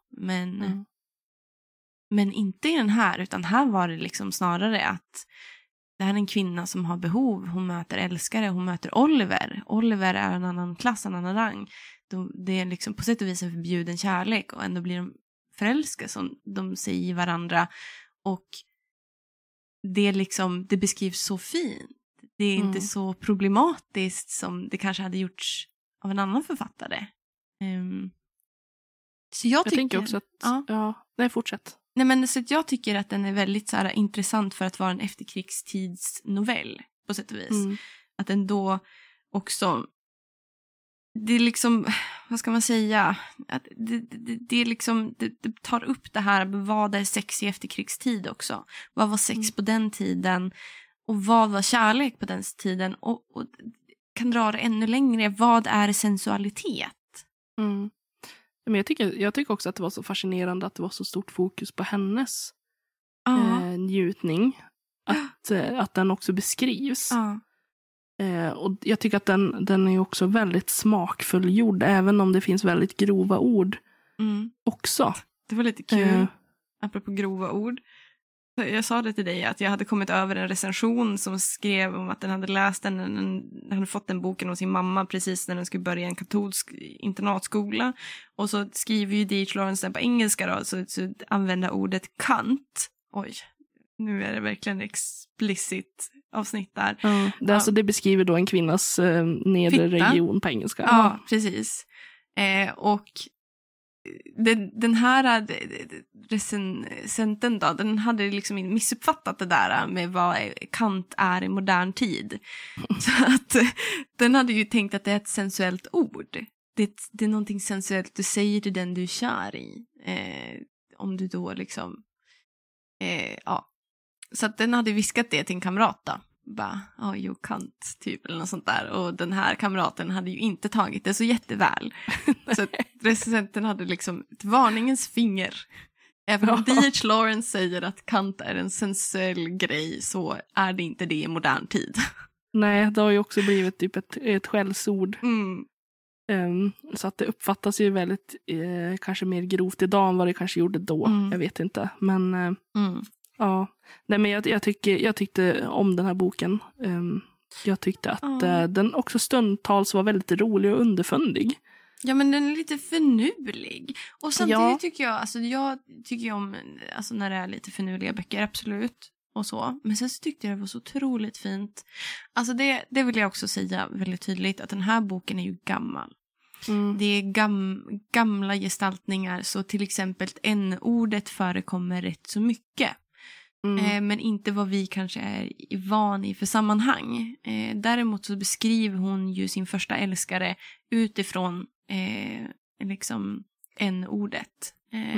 Men inte i den här, utan här var det liksom snarare att det här är en kvinna som har behov, hon möter älskare, hon möter Oliver. Oliver är en annan klass, en annan rang. Det är liksom på sätt och vis en förbjuden kärlek och ändå blir de förälskade som de säger i varandra. Och det beskrivs så fint. Det är inte så problematiskt som det kanske hade gjorts av en annan författare. Så jag tycker tänker också att... Ja, nej, fortsätt. Nej, men så att jag tycker att den är väldigt så här, intressant för att vara en efterkrigstidsnovell på sätt och vis. Att den då också, det är liksom, vad ska man säga, att det är liksom, det tar upp det här, vad är sex i efterkrigstid också? Vad var sex på den tiden? Och vad var kärlek på den tiden? Och kan dra det ännu längre, vad är sensualitet? Men jag tycker också att det var så fascinerande att det var så stort fokus på hennes njutning. Att den också beskrivs. Och jag tycker att den är också väldigt smakfull gjord, även om det finns väldigt grova ord också. Det var lite kul, apropå grova ord. Jag sa det till dig att jag hade kommit över en recension som skrev om att den hade läst den hade fått den boken av sin mamma precis när den skulle börja en katolsk internatskola. Och så skriver ju D.H. Lawrence den på engelska då, så använder ordet kant. Oj, nu är det verkligen explicit avsnitt där. Alltså det beskriver då en kvinnas nedre region på engelska. Ja, precis. Och den här recensenten då, den hade liksom missuppfattat det där med vad kant är i modern tid. Så att den hade ju tänkt att det är ett sensuellt ord. Det är någonting sensuellt du säger till den du är kär i. Om du då liksom ja. Så att den hade viskat det till en kamrat då. Bara, you kant typ eller något sånt där. Och den här kamraten hade ju inte tagit det så jätteväl. Så att recensenten hade liksom ett varningens finger. Även om D.H. Lawrence säger att kant är en sensuell grej, så är det inte det i modern tid. Nej, det har ju också blivit typ ett skällsord. Så att det uppfattas ju väldigt kanske mer grovt idag än vad det kanske gjorde då. Jag vet inte. Men ja, nej, men jag tyckte om den här boken. Jag tyckte att den också stundtals var väldigt rolig och underfundig. Ja, men den är lite förnulig. Och samtidigt tycker jag tycker om alltså när det är lite förnuliga böcker, absolut. Och så. Men sen så tyckte jag det var så otroligt fint. Alltså det vill jag också säga väldigt tydligt, att den här boken är ju gammal. Det är gamla gestaltningar, så till exempel n-ordet förekommer rätt så mycket. Men inte vad vi kanske är van i för sammanhang. Däremot så beskriver hon ju sin första älskare utifrån liksom n-ordet.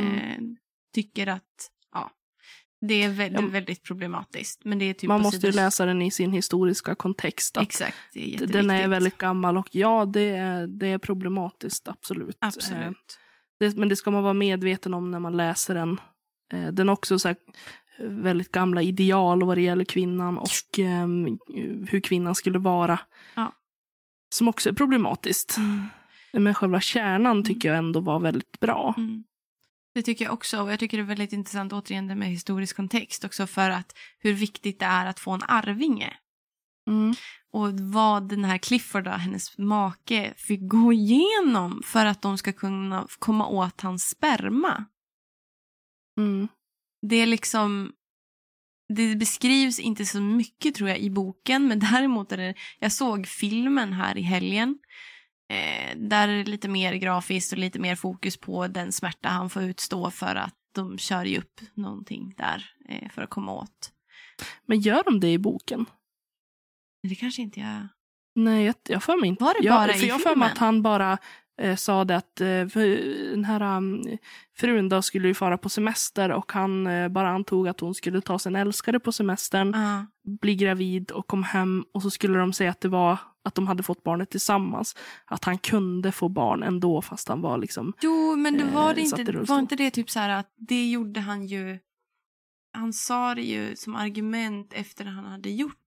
Tycker att det är väldigt problematiskt. Men det är typ man måste ju läsa den i sin historiska kontext. Exakt, det är jätteviktigt. Den är väldigt gammal och det är problematiskt, absolut. Men det ska man vara medveten om när man läser den. Den är också så här väldigt gamla ideal vad det gäller kvinnan och hur kvinnan skulle vara. Som också är problematiskt. Men själva kärnan tycker jag ändå var väldigt bra. Det tycker jag också, och jag tycker det är väldigt intressant återigen det med historisk kontext också, för att hur viktigt det är att få en arvinge. Och vad den här Clifford, hennes make, fick gå igenom för att de ska kunna komma åt hans sperma. Det är liksom, det beskrivs inte så mycket tror jag i boken, men däremot är det, jag såg filmen här i helgen. Där är det lite mer grafiskt och lite mer fokus på den smärta han får utstå för att de kör ju upp någonting där för att komma åt. Men gör de det i boken? Det kanske inte jag... Nej, jag för mig inte. Var det bara i filmen? Jag för mig att han bara sa det att den här frun då skulle ju fara på semester och han bara antog att hon skulle ta sin älskare på semestern, bli gravid och kom hem, och så skulle de säga att det var att de hade fått barnet tillsammans. Att han kunde få barn ändå fast han var liksom... Jo, men det var det inte. Var inte det typ så här att det gjorde han ju... Han sa det ju som argument efter han hade gjort.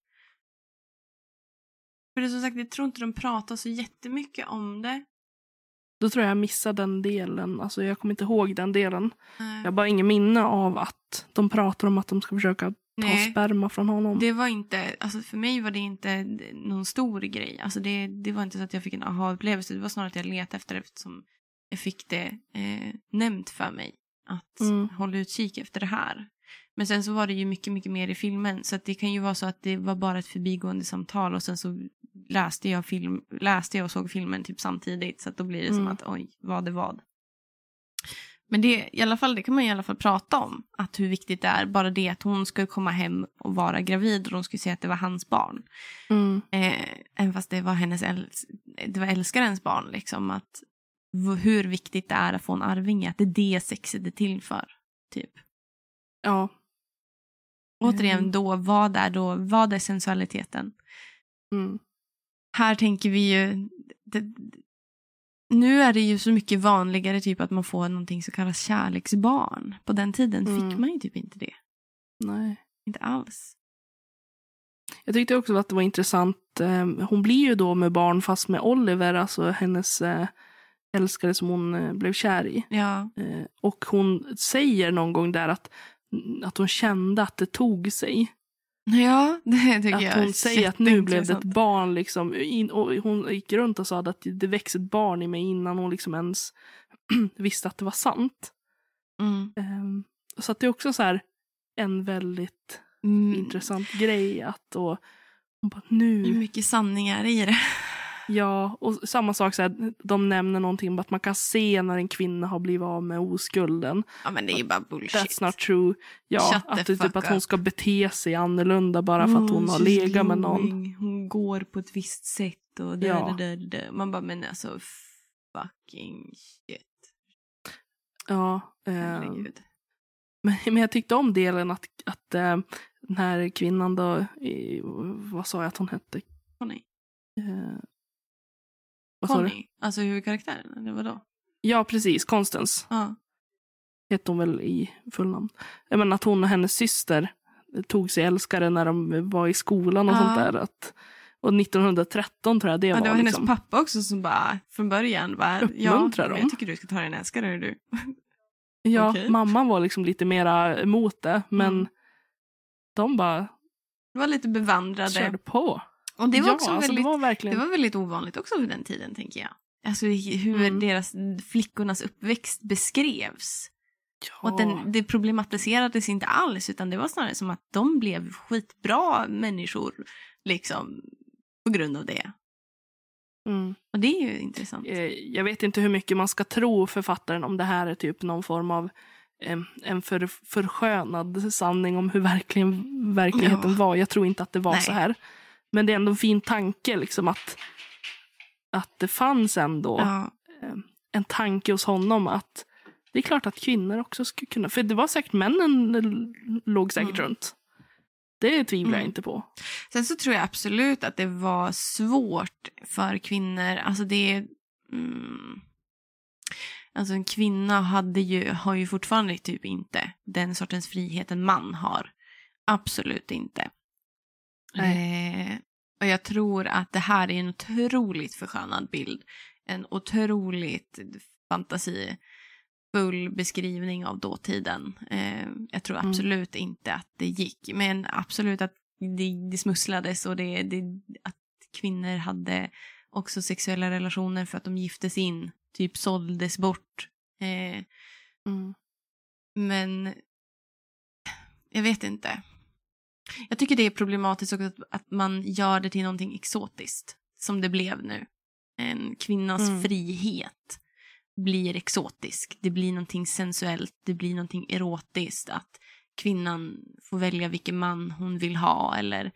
För det är som sagt, jag tror inte de pratar så jättemycket om det. Då tror jag missade den delen. Alltså jag kommer inte ihåg den delen. Jag har bara ingen minne av att de pratar om att de ska försöka ta sperma från honom. Det var inte, alltså för mig var det inte någon stor grej. Alltså det var inte så att jag fick en aha-upplevelse. Det var snarare att jag letade efter det eftersom jag fick det nämnt för mig. Att hålla utkik efter det här. Men sen så var det ju mycket, mycket mer i filmen. Så att det kan ju vara så att det var bara ett förbigående samtal. Och sen så läste jag och såg filmen typ samtidigt. Så att då blir det som att oj, vad det var. Men det, i alla fall, det kan man i alla fall prata om. Att hur viktigt det är. Bara det att hon skulle komma hem och vara gravid. Och de skulle säga att det var hans barn. Även fast det var det var älskarens barn. Liksom, att hur viktigt det är att få en arvinge. Att det är det sexet är till för. Typ. Ja. Återigen då, vad är sensualiteten? Här tänker vi ju... Nu är det ju så mycket vanligare typ att man får någonting som kallas kärleksbarn. På den tiden fick man ju typ inte det. Nej. Inte alls. Jag tyckte också att det var intressant. Hon blir ju då med barn fast med Oliver, alltså hennes älskare som hon blev kär i. Ja. Och hon säger någon gång där att hon kände att det tog sig. Ja, det tycker jag. Att hon säger att nu blev det ett barn liksom, och hon gick runt och sa att det växte ett barn i mig innan hon liksom ens visste att det var sant. Så att det är också så här en väldigt intressant grej att då hon bara, nu... Hur mycket sanning är det i det? Ja, och samma sak så här, de nämner någonting om att man kan se när en kvinna har blivit av med oskulden. Ja, men det är ju bara bullshit. That's not true. Ja, att det typ att hon ska bete sig annorlunda bara för att hon har legat med någon. Hon går på ett visst sätt och där. Man bara, men alltså fucking shit. Ja. Herregud. Men jag tyckte om delen att den här kvinnan då, vad sa jag att hon hette? Connie. Vad sa du? Alltså huvudkaraktären, eller vadå? Ja, precis. Constance. Ja. Hette hon väl i fullnamn. Jag menar att hon och hennes syster tog sig älskare när de var i skolan och sånt där. Och 1913 tror jag det var. Det var liksom. hennes pappa också som bara från början bara, uppmuntrar dem. Jag tycker du ska ta din älskare, du. Ja, Okay. Mamman var liksom lite mera emot det. Men de bara... Det var lite bevandrade. Körde på. Och det var också alltså väldigt, det var verkligen... det var väldigt ovanligt också vid den tiden, tänker jag. Alltså hur deras flickornas uppväxt beskrevs. Ja. Och att det problematiserades inte alls, utan det var snarare som att de blev skitbra människor liksom på grund av det. Och det är ju intressant. Jag vet inte hur mycket man ska tro författaren om det här är typ någon form av en förskönad sanning om hur verkligheten var. Jag tror inte att det var så här. Men det är ändå en fin tanke liksom att det fanns ändå en tanke hos honom att det är klart att kvinnor också skulle kunna, för det var säkert männen låg säkert runt. Det tvivlar jag inte på. Sen så tror jag absolut att det var svårt för kvinnor. Alltså det... Alltså en kvinna har ju fortfarande typ inte den sortens frihet en man har. Absolut inte. Och jag tror att det här är en otroligt förskönad bild. En otroligt fantasifull beskrivning av dåtiden. Jag tror absolut inte att det gick. Men absolut att det smusslades och att kvinnor hade också sexuella relationer för att de giftes in. Typ såldes bort. Men jag vet inte. Jag tycker det är problematiskt också att man gör det till någonting exotiskt. Som det blev nu. En kvinnas frihet blir exotisk. Det blir någonting sensuellt. Det blir någonting erotiskt. Att kvinnan får välja vilken man hon vill ha. Eller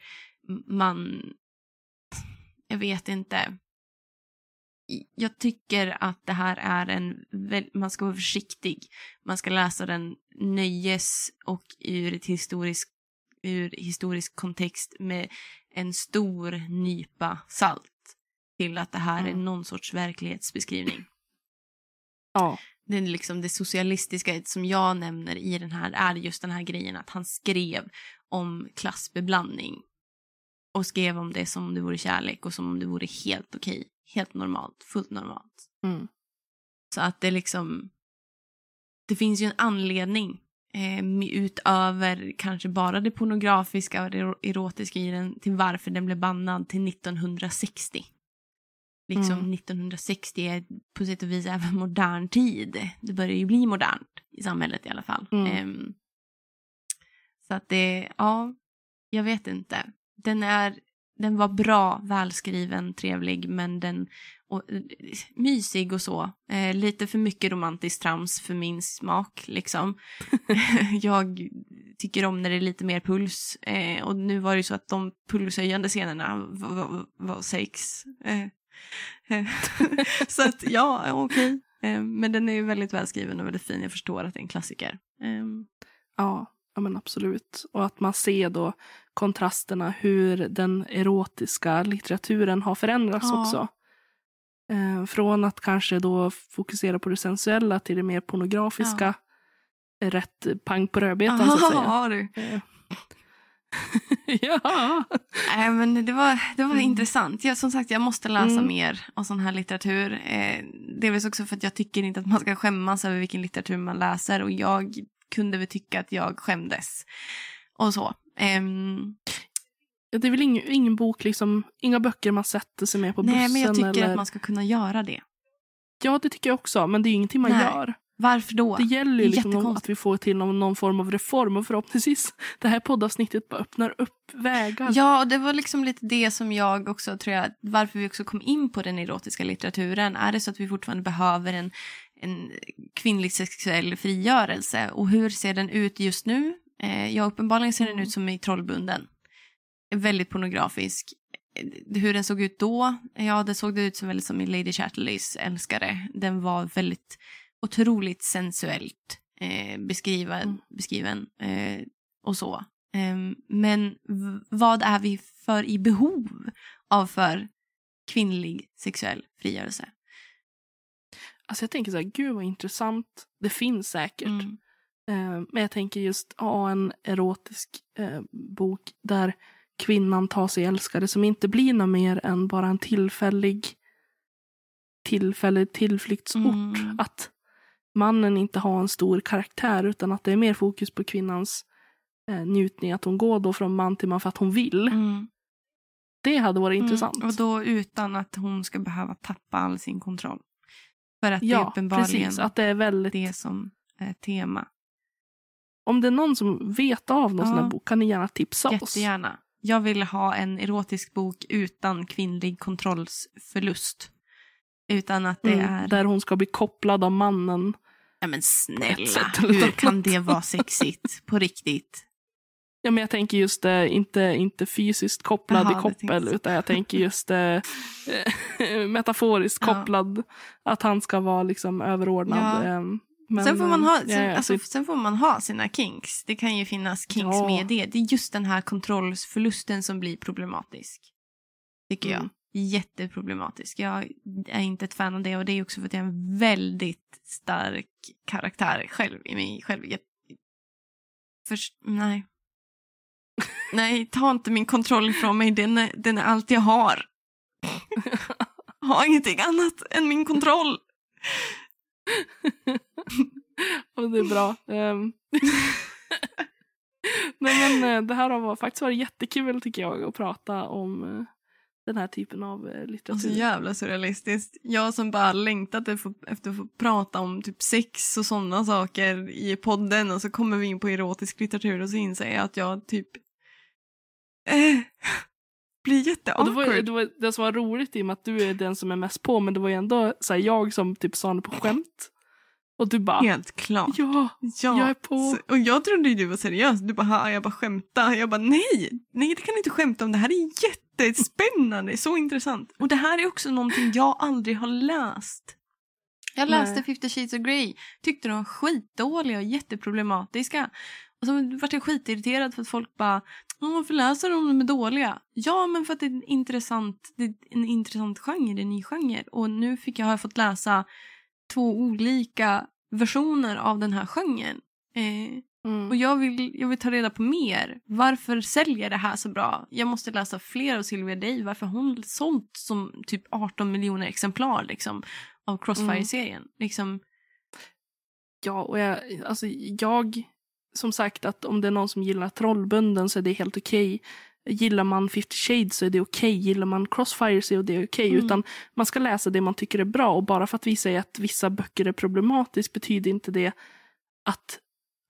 jag vet inte. Jag tycker att det här är man ska vara försiktig. Man ska läsa den nöjes och ur historisk kontext med en stor nypa salt till att det här är någon sorts verklighetsbeskrivning. Ja. Det är liksom det socialistiska som jag nämner i den här är just den här grejen att han skrev om klassbeblandning och skrev om det som om det vore kärlek och som om det vore helt okej. Helt normalt, fullt normalt. Så att det liksom... Det finns ju en anledning utöver kanske bara det pornografiska och det erotiska i den till varför den blev bannad till 1960. Liksom 1960 är på sätt och vis även modern tid. Det börjar ju bli modernt i samhället i alla fall. Så att det, jag vet inte. Den är den var bra, välskriven, trevlig, men mysig och så. Lite för mycket romantiskt trams för min smak, liksom. Jag tycker om när det är lite mer puls. Och nu var det ju så att de pulshöjande scenerna var sex. Så att, ja, okej. Men den är ju väldigt välskriven och väldigt fin. Jag förstår att det är en klassiker. Ja, men absolut. Och att man ser då kontrasterna, hur den erotiska litteraturen har förändrats också. Från att kanske då fokusera på det sensuella till det mer pornografiska. Rätt pang på rödbetan, så att säga. Ja, du. Ja. Nej, men det var intressant. Som sagt, jag måste läsa mer av sån här litteratur. Delvis också för att jag tycker inte att man ska skämmas över vilken litteratur man läser. Och jag kunde väl tycka att jag skämdes. Och så. Det är väl ingen bok, liksom, inga böcker man sätter sig med på bussen. Nej, men jag tycker att man ska kunna göra det. Ja, det tycker jag också. Men det är ju ingenting man gör. Varför då? Det gäller ju liksom att vi får till någon form av reform. Och förhoppningsvis det här poddavsnittet bara öppnar upp vägar. Ja, och det var liksom lite det som jag också tror jag, varför vi också kom in på den erotiska litteraturen. Är det så att vi fortfarande behöver en kvinnlig sexuell frigörelse? Och hur ser den ut just nu? Ja, uppenbarligen ser den ut som i Trollbunden. Väldigt pornografisk. Hur den såg ut då? Ja, det såg ut som väldigt som i Lady Chatterleys Älskare. Den var väldigt otroligt sensuellt beskriven och så. Men vad är vi för i behov av för kvinnlig sexuell frigörelse? Alltså jag tänker så här, gud vad intressant. Det finns säkert. Men jag tänker just en erotisk bok där kvinnan tar sig älskare som inte blir något mer än bara en tillfällig tillflyktsort. Att mannen inte har en stor karaktär utan att det är mer fokus på kvinnans njutning. Att hon går då från man till man för att hon vill. Det hade varit intressant. Och då utan att hon ska behöva tappa all sin kontroll. För att det är uppenbarligen precis, att det är väldigt det som är tema. Om det är någon som vet av någon sån här bok kan ni gärna tipsa oss. Jättegärna. Jag vill ha en erotisk bok utan kvinnlig kontrollsförlust. Utan att det är... Där hon ska bli kopplad av mannen. Ja men snälla, hur kan det vara sexigt på riktigt? Ja men jag tänker just det, inte fysiskt kopplad i koppel, utan jag tänker just metaforiskt kopplad. Att han ska vara liksom överordnad. Ja. Men, sen får man ha sina kinks. Det kan ju finnas kinks med det. Det är just den här kontrollförlusten som blir problematisk. Tycker jag. Jätteproblematisk. Jag är inte ett fan av det. Och det är också för att jag är en väldigt stark karaktär själv i mig själv. Nej. Nej, ta inte min kontroll ifrån mig. Den är allt jag har. Ha ingenting annat än min kontroll. Och det är bra. Nej men det här har faktiskt varit jättekul tycker jag att prata om den här typen av litteratur. Så jävla surrealistiskt. Jag som bara längtat efter att få prata om typ sex och sådana saker i podden, och så kommer vi in på erotisk litteratur och så inser jag att jag typ blir jätteawkward. Det var det som var roligt i och med att du är den som är mest på, men det var ju ändå så här, jag som typ sa det på skämt. Och du bara... Helt klart. Ja, jag är på. Och jag trodde ju du var seriös. Du bara, jag bara skämtar. Jag bara, nej, det kan du inte skämta om. Det här är jättespännande, så intressant. Och det här är också någonting jag aldrig har läst. Jag läste 50 Shades of Grey. Tyckte de var skitdåliga och jätteproblematiska. Och så var jag skitirriterad för att folk bara, varför läser de om de är dåliga? Ja, men för att det är en intressant genre, det är en ny genre. Och nu har jag fått läsa 2 olika versioner av den här genren. Och jag vill ta reda på mer. Varför säljer det här så bra? Jag måste läsa fler av Sylvia Day. Varför hon sålt som typ 18 miljoner exemplar liksom, av Crossfire-serien. Liksom. Ja, och jag som sagt att om det är någon som gillar Trollbunden så är det helt okej. Gillar man 50 Shades så är det okej. Gillar man Crossfire så är det okej. Utan man ska läsa det man tycker är bra. Och bara för att vi säger att vissa böcker är problematiskt betyder inte det att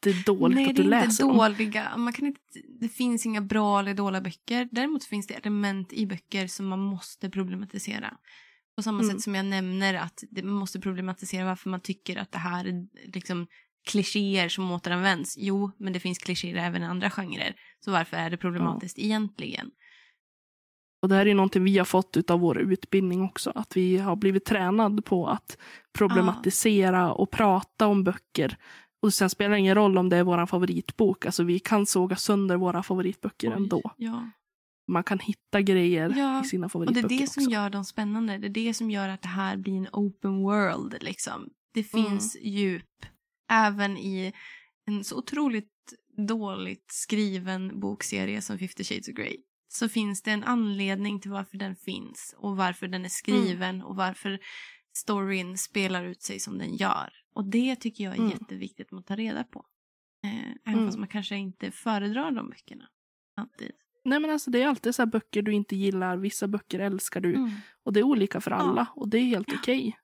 det är dåligt. Nej, att du läser dem. Nej, det är inte dåliga. Det finns inga bra eller dåliga böcker. Däremot finns det element i böcker som man måste problematisera. På samma sätt som jag nämner att man måste problematisera varför man tycker att det här är liksom klichéer som återanvänds. Jo, men det finns klichéer även i andra genrer. Så varför är det problematiskt egentligen? Och det här är någonting vi har fått av vår utbildning också. Att vi har blivit tränade på att problematisera och prata om böcker. Och sen spelar det ingen roll om det är vår favoritbok. Alltså vi kan såga sönder våra favoritböcker ändå. Ja. Man kan hitta grejer i sina favoritböcker. Och det är det som också. gör dem spännande. Det är det som gör att det här blir en open world. Liksom. Det finns djup. Även i en så otroligt dåligt skriven bokserie som 50 Shades of Grey. Så finns det en anledning till varför den finns. Och varför den är skriven. Och varför storyn spelar ut sig som den gör. Och det tycker jag är jätteviktigt att ta reda på. Även fast man kanske inte föredrar de böckerna. Alltid. Nej, men alltså det är alltid så här böcker du inte gillar. Vissa böcker älskar du. Och det är olika för alla. Och det är helt okej.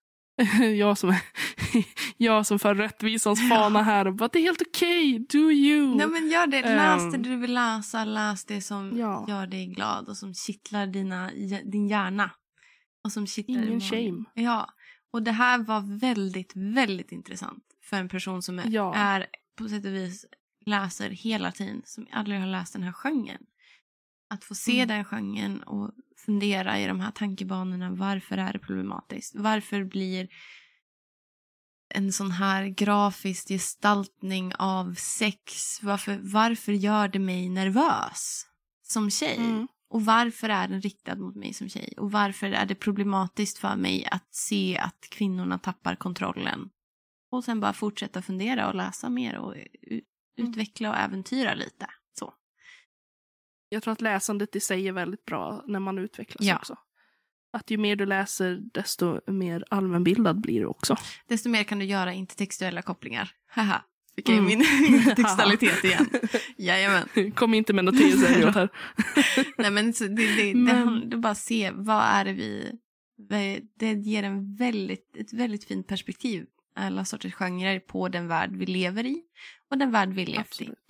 Jag som för rättvisans fana här. Och bara, det är helt okej. Do you. Nej, men gör det. Läs det du vill läsa. Läs det som gör dig glad. Och som kittlar din hjärna. Och som kittlar ingen shame. Ja. Och det här var väldigt, väldigt intressant. För en person som är på sätt och vis läser hela tiden. Som aldrig har läst den här genren. Att få se den genren och fundera i de här tankebanorna. Varför är det problematiskt? Varför blir en sån här grafisk gestaltning av sex? Varför gör det mig nervös som tjej? Och varför är den riktad mot mig som tjej? Och varför är det problematiskt för mig att se att kvinnorna tappar kontrollen? Och sen bara fortsätta fundera och läsa mer och utveckla och äventyra lite. Så. Jag tror att läsandet i sig är väldigt bra när man utvecklas också. Att ju mer du läser, desto mer allmänbildad blir du också. Desto mer kan du göra intertextuella kopplingar. Haha, fick jag min textualitet igen. Jajamän. Kom inte med något teser här. Nej, men du bara se, vad är det det ger ett väldigt fint perspektiv. Alla sorters genrer på den värld vi lever i. Och den värld vi levt i.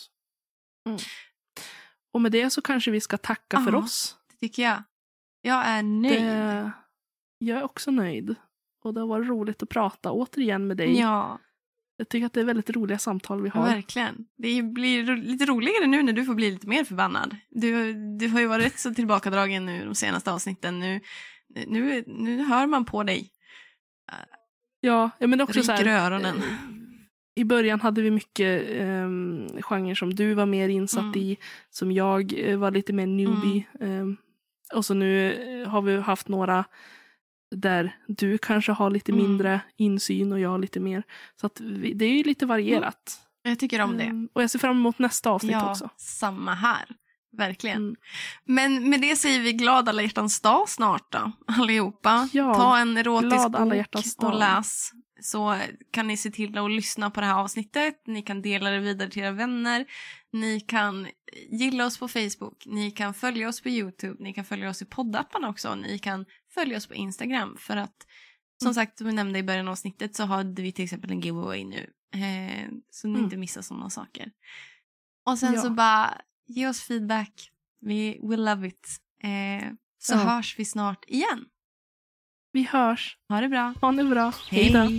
Och med det så kanske vi ska tacka för oss. Det tycker jag. Jag är nöjd. Jag är också nöjd. Och det har varit roligt att prata återigen med dig. Ja. Jag tycker att det är väldigt roliga samtal vi har. Verkligen. Det blir lite roligare nu när du får bli lite mer förbannad. Du har ju varit rätt så tillbakadragen nu de senaste avsnitten. Nu hör man på dig. Ja, men också så här. Öronen. I början hade vi mycket genrer som du var mer insatt i. Som jag var lite mer newbie. Och så nu har vi haft några där du kanske har lite mindre insyn och jag lite mer. Så att det är ju lite varierat. Jag tycker om det. Och jag ser fram emot nästa avsnitt också. Ja, samma här. Verkligen. Men med det säger vi glad alla hjärtans dag snart då, allihopa. Ja, ta en erotisk bok och läs. Så kan ni se till att lyssna på det här avsnittet. Ni kan dela det vidare till era vänner. Ni kan gilla oss på Facebook. Ni kan följa oss på YouTube. Ni kan följa oss i poddapparna också. Ni kan följa oss på Instagram. För att, som sagt, som vi nämnde i början av avsnittet, så hade vi till exempel en giveaway nu. Så ni inte missar sådana saker. Och sen så bara ge oss feedback. We love it. Så hörs vi snart igen. Vi hörs. Ha det bra. Ha det bra. Hej då.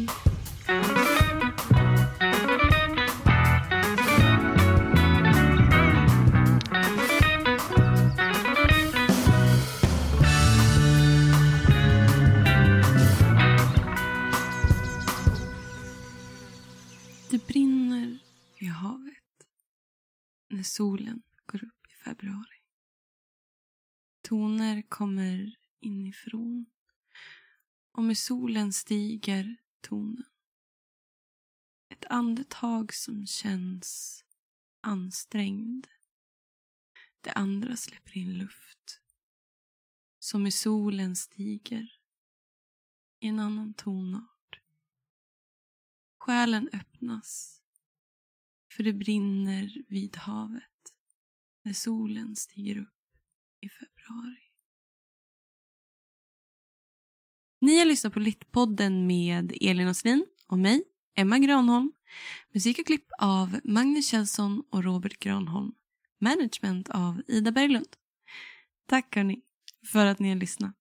Det brinner i havet när solen går upp i februari. Toner kommer inifrån. Och med solen stiger tonen. Ett andetag som känns ansträngd. Det andra släpper in luft. Som med solen stiger i en annan tonart. Själen öppnas. För det brinner vid havet. När solen stiger upp i februari. Ni har lyssnat på Littpodden med Elin och Svin och mig, Emma Granholm. Musik och klipp av Magnus Kjellson och Robert Granholm. Management av Ida Berglund. Tack hörni för att ni har lyssnat.